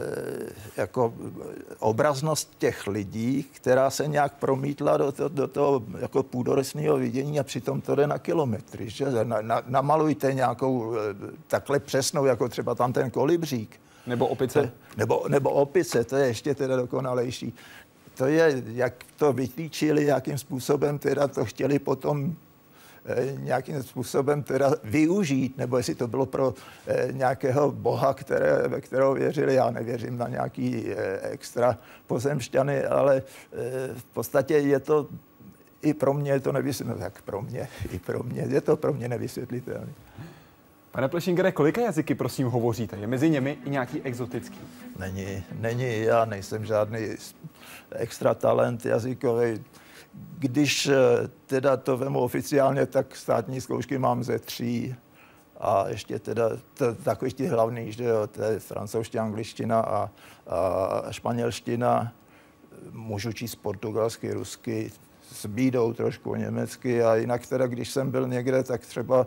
jako obraznost těch lidí, která se nějak promítla do, to, do toho jako půdorysného vidění a přitom to jde na kilometry. Že? Na, na, namalujte nějakou takhle přesnou, jako třeba tam ten kolibřík. Nebo opice. Nebo, nebo opice, to je ještě teda dokonalejší. To je, jak to vytýčili, jakým způsobem teda to chtěli potom nějakým způsobem teda využít, nebo jestli to bylo pro eh, nějakého boha, které, ve kterého věřili, já nevěřím na nějaký eh, extra pozemšťany, ale eh, v podstatě je to i pro mě, je to nevysvětlitelné, tak pro mě, i pro mě, je to pro mě nevysvětlitelné. Pane Plešingere, kolika jazyky, prosím, hovoříte? Je mezi nimi i nějaký exotický? Není, není, já nejsem žádný extra talent jazykový. Když teda to vemu oficiálně, tak státní zkoušky mám ze tří a ještě teda to, takový ty hlavní, že jo, to je francouzština, angličtina a, a španělština. Můžu číst portugalsky, rusky, s bídou trošku německy a jinak teda, když jsem byl někde, tak třeba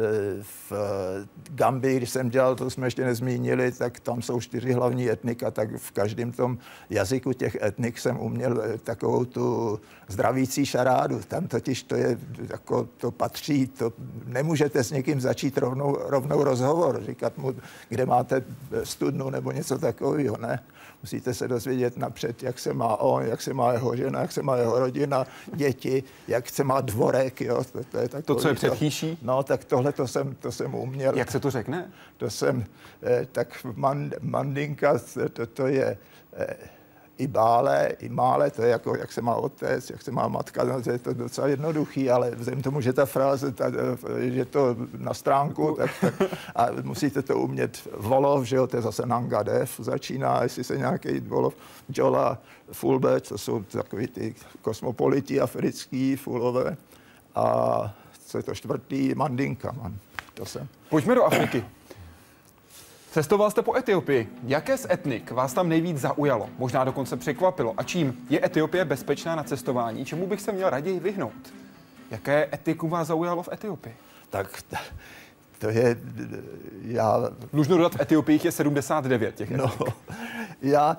v Gambii, když jsem dělal, to jsme ještě nezmínili, tak tam jsou čtyři hlavní etnika, tak v každém tom jazyku těch etnik jsem uměl takovou tu zdravící šarádu. Tam totiž to je, jako to patří, to nemůžete s někým začít rovnou, rovnou rozhovor, říkat mu, kde máte studnu nebo něco takového, ne? Musíte se dozvědět napřed, jak se má on, jak se má jeho žena, jak se má jeho rodina, děti, jak se má dvorek, jo. To, to, je takový, to co je před chýší? No, tak tohle to jsem, to jsem uměl. Jak se to řekne? To jsem, eh, tak mand, mandinka, to, to je eh, i bále, i mále, to je jako, jak se má otec, jak se má matka, no, to je to docela jednoduchý, ale vzhledem tomu, že ta fráze, ta, že to na stránku, tak, tak a musíte to umět. Volov, že jo, to je zase Nangadev, začíná, jestli se nějaký Volov, Jola, Fulbe, to jsou takový ty kosmopoliti africký, Fulové, a co je to čtvrtý, Mandinka, man, to jsem. Pojďme do Afriky. Cestoval jste po Etiopii. Jaké z etnik vás tam nejvíc zaujalo? Možná dokonce překvapilo. A čím? Je Etiopie bezpečná na cestování? Čemu bych se měl raději vyhnout? Jaké etnikum vás zaujalo v Etiopii? Tak to je, já... Dlužno dodat, v Etiopii je sedmdesát devět těch etnik. No, já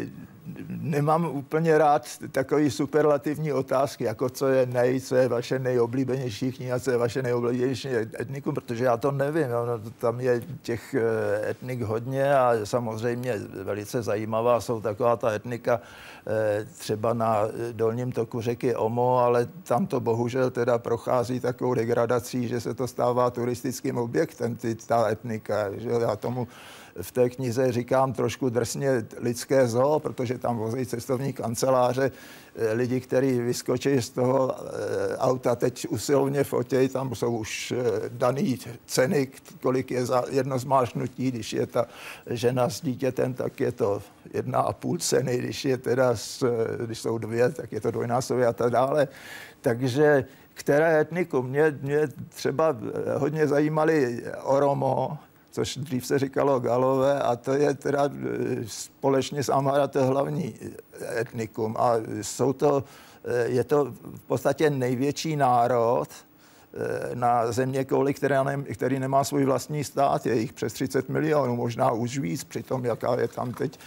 nemám úplně rád takový superlativní otázky, jako co je nej, co je vaše nejoblíbenější kniha, co je vaše nejoblíbenější etnikum, protože já to nevím. No, tam je těch etnik hodně a samozřejmě velice zajímavá jsou taková ta etnika třeba na dolním toku řeky Omo, ale tam to bohužel teda prochází takovou degradací, že se to stává turistickým objektem, ty, ta etnika. Že já tomu v té knize říkám trošku drsně lidské zoo, protože tam vozí cestovní kanceláře lidi, kteří vyskočí z toho auta, teď usilovně fotějí, tam jsou už daný ceny, kolik je za jedno zmášnutí, když je ta žena s dítětem, tak je to jedna a půl ceny, když je teda, když jsou dvě, tak je to dvojnásobně a tak dále. Takže které etnikum? Mě, mě třeba hodně zajímaly Oromo, což dřív se říkalo Galové, a to je teda společně s Amhara to hlavní etnikum. A jsou to, je to v podstatě největší národ na zeměkouli, který nemá svůj vlastní stát. Je jich přes třicet milionů, možná už víc, přitom jaká je tam teď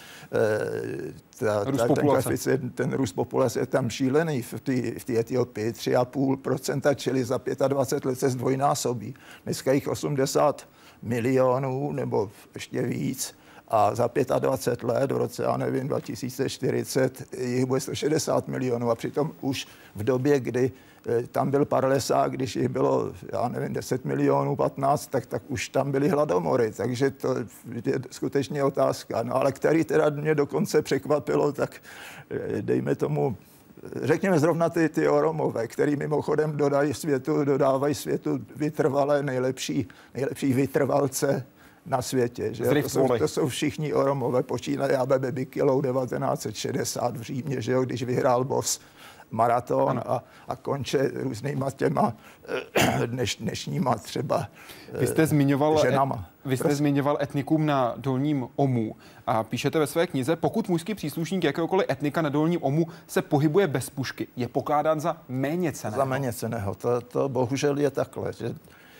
ta, růst ta, ten, koeficient. ten růst populace je tam šílený. V té Etiopii tři a půl procenta, čili za dvacet pět let se zdvojnásobí. Dneska jich osmdesát milionů nebo ještě víc a za dvacet pět let, v roce, já nevím, dva tisíce čtyřicet, jich bude sto šedesát milionů a přitom už v době, kdy tam byl Parlesa, když jich bylo, já nevím, deset milionů, patnáct, tak, tak už tam byly hladomory, takže to je skutečně otázka. No ale který teda mě dokonce překvapilo, tak dejme tomu, řekněme zrovna ty, ty Oromové, který mimochodem dodají světu, dodávají světu vytrvalé nejlepší, nejlepší vytrvalce na světě. Že? To, jsou, to jsou všichni Oromové, počínají Abebe Bikilou devatenáct set šedesát v Římě, že jo, když vyhrál Boss maraton a, a konče různýma těma dneš, dnešníma třeba vy jste zmiňoval, ženama. Vy jste zmiňoval etnikum na Dolním Omu a píšete ve své knize, pokud mužský příslušník jakéhokoliv etnika na Dolním Omu se pohybuje bez pušky, je pokládán za méněcenného. Za méněcenného. To, to bohužel je takhle, že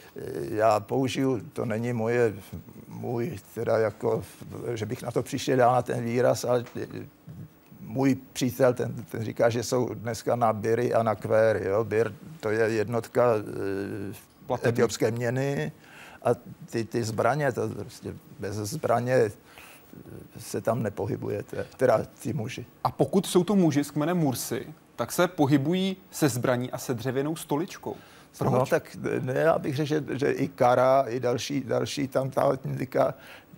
já použiju, to není moje, můj, teda jako, že bych na to příště dal na ten výraz, ale můj přítel, ten, ten říká, že jsou dneska na biry a na kvéry. Jo? Bir, to je jednotka e, etiopské měny a ty, ty zbraně, to prostě bez zbraně se tam nepohybujete, teda ty muži. A pokud jsou to muži s kmenem Mursi, tak se pohybují se zbraní a se dřevěnou stoličkou. Proč? No tak ne, já bych řekl, že, že i Kara, i další, další tam ta etnika,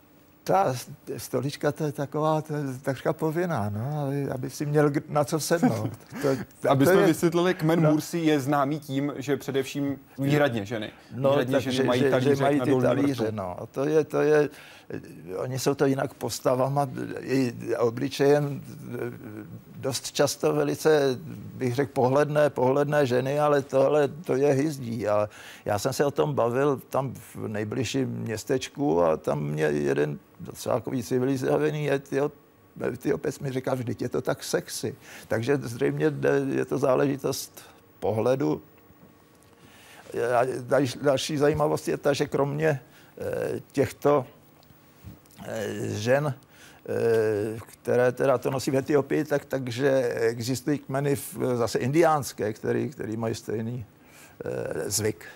ta stolička, to je taková, to je takřka povinná, no, aby, aby si měl na co sednout. To, aby to jsme je, vysvětlili, kmen no, Mursi je známý tím, že především výhradně ženy. No, výhradně tak, ženy že, mají že, talíře že mají na ty dolním talíře, vrtu. no. A to je, to je, oni jsou to jinak postavama, i obličejem dost často velice, bych řekl, pohledné, pohledné ženy, ale tohle, to je hyzdí. A já jsem se o tom bavil tam v nejbližším městečku a tam mě jeden docela takový civilizovaný Etiopec mi říká, vždyť je to tak sexy. Takže zřejmě je to záležitost pohledu. Další zajímavost je ta, že kromě těchto žen, které teda to nosí v Etiopii, tak, takže existují kmeny v, zase indiánské, který, který mají stejný eh, zvyk.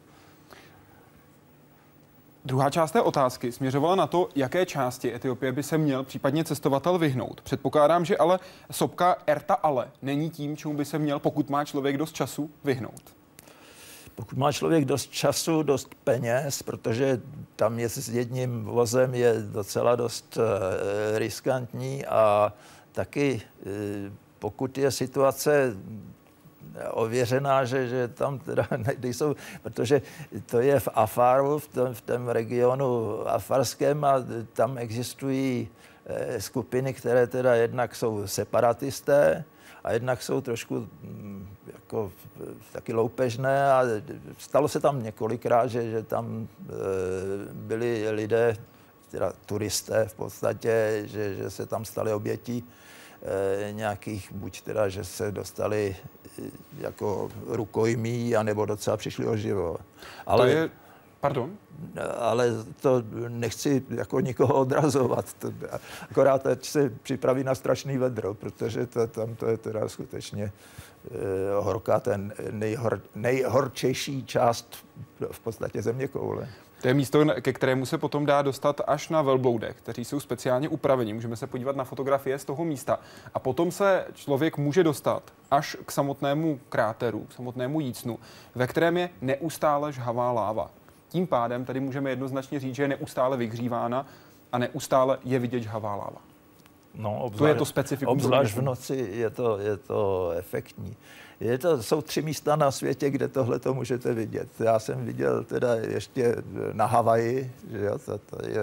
Druhá část té otázky směřovala na to, jaké části Etiopie by se měl případně cestovatel vyhnout. Předpokládám, že ale sopka Erta Ale není tím, čemu by se měl, pokud má člověk dost času, vyhnout. Pokud má člověk dost času, dost peněz, protože tam je s jedním vozem je docela dost uh, riskantní a taky uh, pokud je situace ověřená, že, že tam teda nejsou, protože to je v Afaru, v tom, v tom regionu afarském a tam existují uh, skupiny, které teda jednak jsou separatisté, a jednak jsou trošku jako taky loupežné a stalo se tam několikrát, že, že tam e, byli lidé, teda turisté v podstatě, že, že se tam stali obětí e, nějakých, buď teda, že se dostali e, jako rukojmí, anebo docela přišli o život. Ale to je, Pardon? Ale to nechci jako nikoho odrazovat. To, akorát teď se připraví na strašný vedro, protože to, tam to je teda skutečně eh, horká, ten nejhor, nejhorčejší část v podstatě zeměkoule. To je místo, ke kterému se potom dá dostat až na velbloudech, kteří jsou speciálně upraveni. Můžeme se podívat na fotografie z toho místa. A potom se člověk může dostat až k samotnému kráteru, k samotnému jícnu, ve kterém je neustále žhavá láva. Tím pádem tady můžeme jednoznačně říct, že je neustále vyhřívána a neustále je vidět žhavá láva. No, obzvlášť, to je to specifikum. Obzvlášť v noci je to, je to efektní. Je to, jsou tři místa na světě, kde tohle to můžete vidět. Já jsem viděl teda ještě na Havaji, že jo, to, to je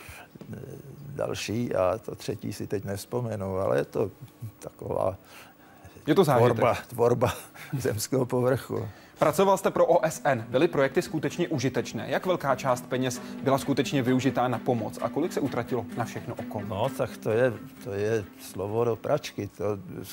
další a to třetí si teď nevzpomenu, ale je to taková je to tvorba, tvorba zemského povrchu. Pracoval jste pro O S N. Byly projekty skutečně užitečné? Jak velká část peněz byla skutečně využitá na pomoc? A kolik se utratilo na všechno okolo? No, tak to je, to je slovo do pračky. To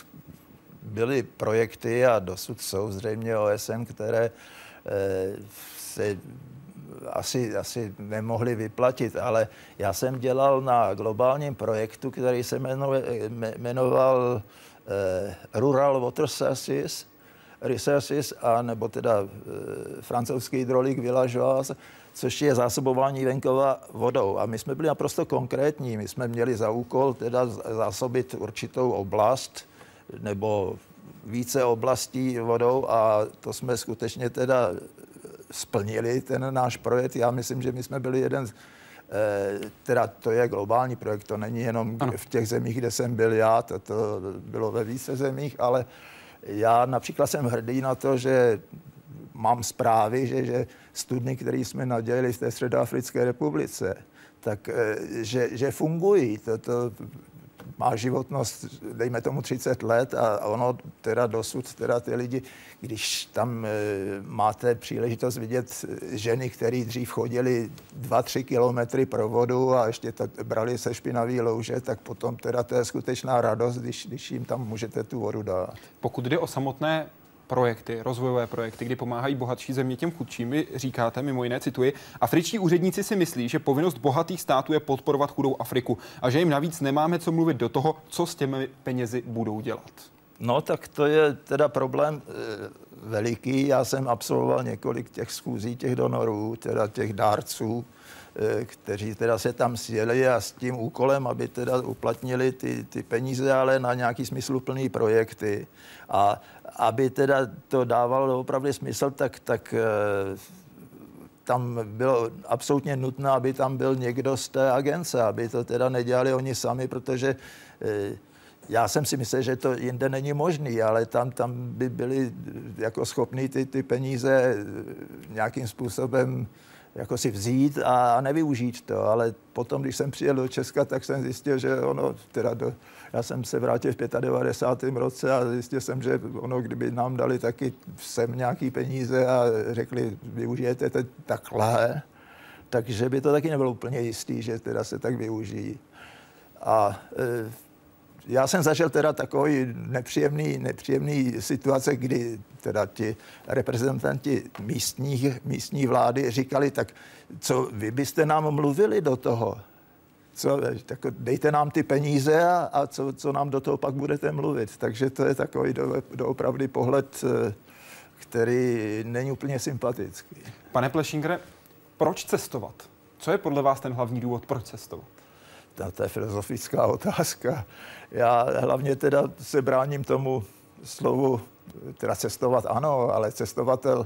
byly projekty a dosud jsou zřejmě O S N, které eh, se asi, asi nemohly vyplatit, ale já jsem dělal na globálním projektu, který se jmenoval, jmenoval eh, Rural Water Sources, Resources, a nebo teda e, francouzský hydraulik Villageoise, což je zásobování venkova vodou. A my jsme byli naprosto konkrétní. My jsme měli za úkol teda zásobit určitou oblast nebo více oblastí vodou a to jsme skutečně teda splnili, ten náš projekt. Já myslím, že my jsme byli jeden z e, teda to je globální projekt, to není jenom ano. v těch zemích, kde jsem byl já, to, to bylo ve více zemích, ale já například jsem hrdý na to, že mám zprávy, že, že studny, které jsme nadělili v té Středoafrické republice, tak že, že fungují. To, to má životnost, dejme tomu třicet let a ono teda dosud, teda ty lidi, když tam e, máte příležitost vidět ženy, které dřív chodili dva, tři kilometry pro vodu a ještě to brali se špinavý louže, tak potom teda to je skutečná radost, když, když jim tam můžete tu vodu dát. Pokud jde o samotné projekty, rozvojové projekty, kdy pomáhají bohatší země těm chudším, vy říkáte, mimo jiné cituji, afričtí úředníci si myslí, že povinnost bohatých států je podporovat chudou Afriku a že jim navíc nemáme co mluvit do toho, co s těmi penězi budou dělat. No tak to je teda problém e, veliký. Já jsem absolvoval několik těch schůzí těch donorů, teda těch dárců, e, kteří teda se tam sjeli a s tím úkolem, aby teda uplatnili ty, ty peníze, ale na nějaký smysluplný projekty. A aby teda to dávalo opravdu smysl, tak, tak e, tam bylo absolutně nutné, aby tam byl někdo z té agence, aby to teda nedělali oni sami, protože e, já jsem si myslel, že to jinde není možný, ale tam, tam by byli jako schopní ty, ty peníze nějakým způsobem jako si vzít a nevyužít to. Ale potom, když jsem přijel do Česka, tak jsem zjistil, že ono, teda do, já jsem se vrátil v devadesátém pátém roce a zjistil jsem, že ono, kdyby nám dali taky sem nějaký peníze a řekli, využijete to takhle, takže by to taky nebylo úplně jistý, že teda se tak využijí. A e, já jsem zažil teda takový nepříjemný, nepříjemný situace, kdy teda ti reprezentanti místních, místní vlády říkali, tak co vy byste nám mluvili do toho? Co, tak dejte nám ty peníze a, a co, co nám do toho pak budete mluvit. Takže to je takový do, doopravdy pohled, který není úplně sympatický. Pane Pleshingere, proč cestovat? Co je podle vás ten hlavní důvod, proč cestovat? To je filozofická otázka. Já hlavně teda se bráním tomu slovu, teda cestovat ano, ale cestovatel.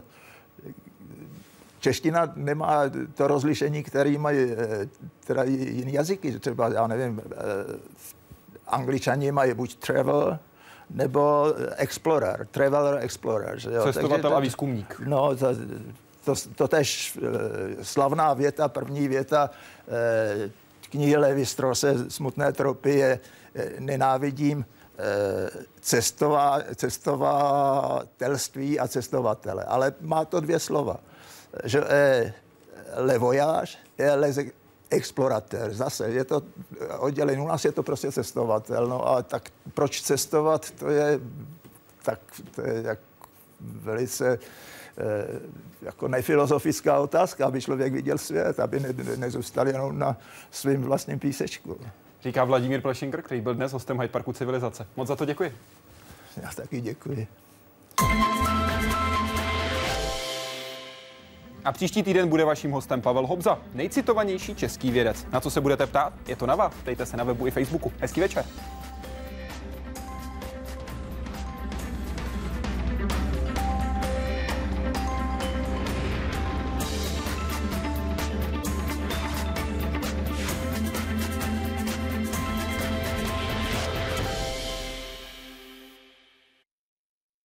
Čeština nemá to rozlišení, které mají teda jiný jazyky. Třeba, já nevím, Angličani mají buď travel, nebo explorer, traveler, explorer. Že jo? Cestovatel Takže, a výzkumník. No, to, to, to tež slavná věta, první věta knihy Levi Strausse Smutné tropy je nenávidím cestová, cestovatelství a cestovatele. Ale má to dvě slova. Že je le voyage je les explorateur. Zase je to oddělené. U nás je to prostě cestovatel. No a tak proč cestovat? To je tak to je jak velice jako nefilozofická otázka, aby člověk viděl svět, aby ne, nezůstal jenom na svým vlastním písečku. Říká Vladimír Plešingr, který byl dnes hostem Hyde Parku Civilizace. Moc za to děkuji. Já taky děkuji. A příští týden bude vaším hostem Pavel Hobza, nejcitovanější český vědec. Na co se budete ptát? Je to na vás. Ptejte se na webu i Facebooku. Hezký večer.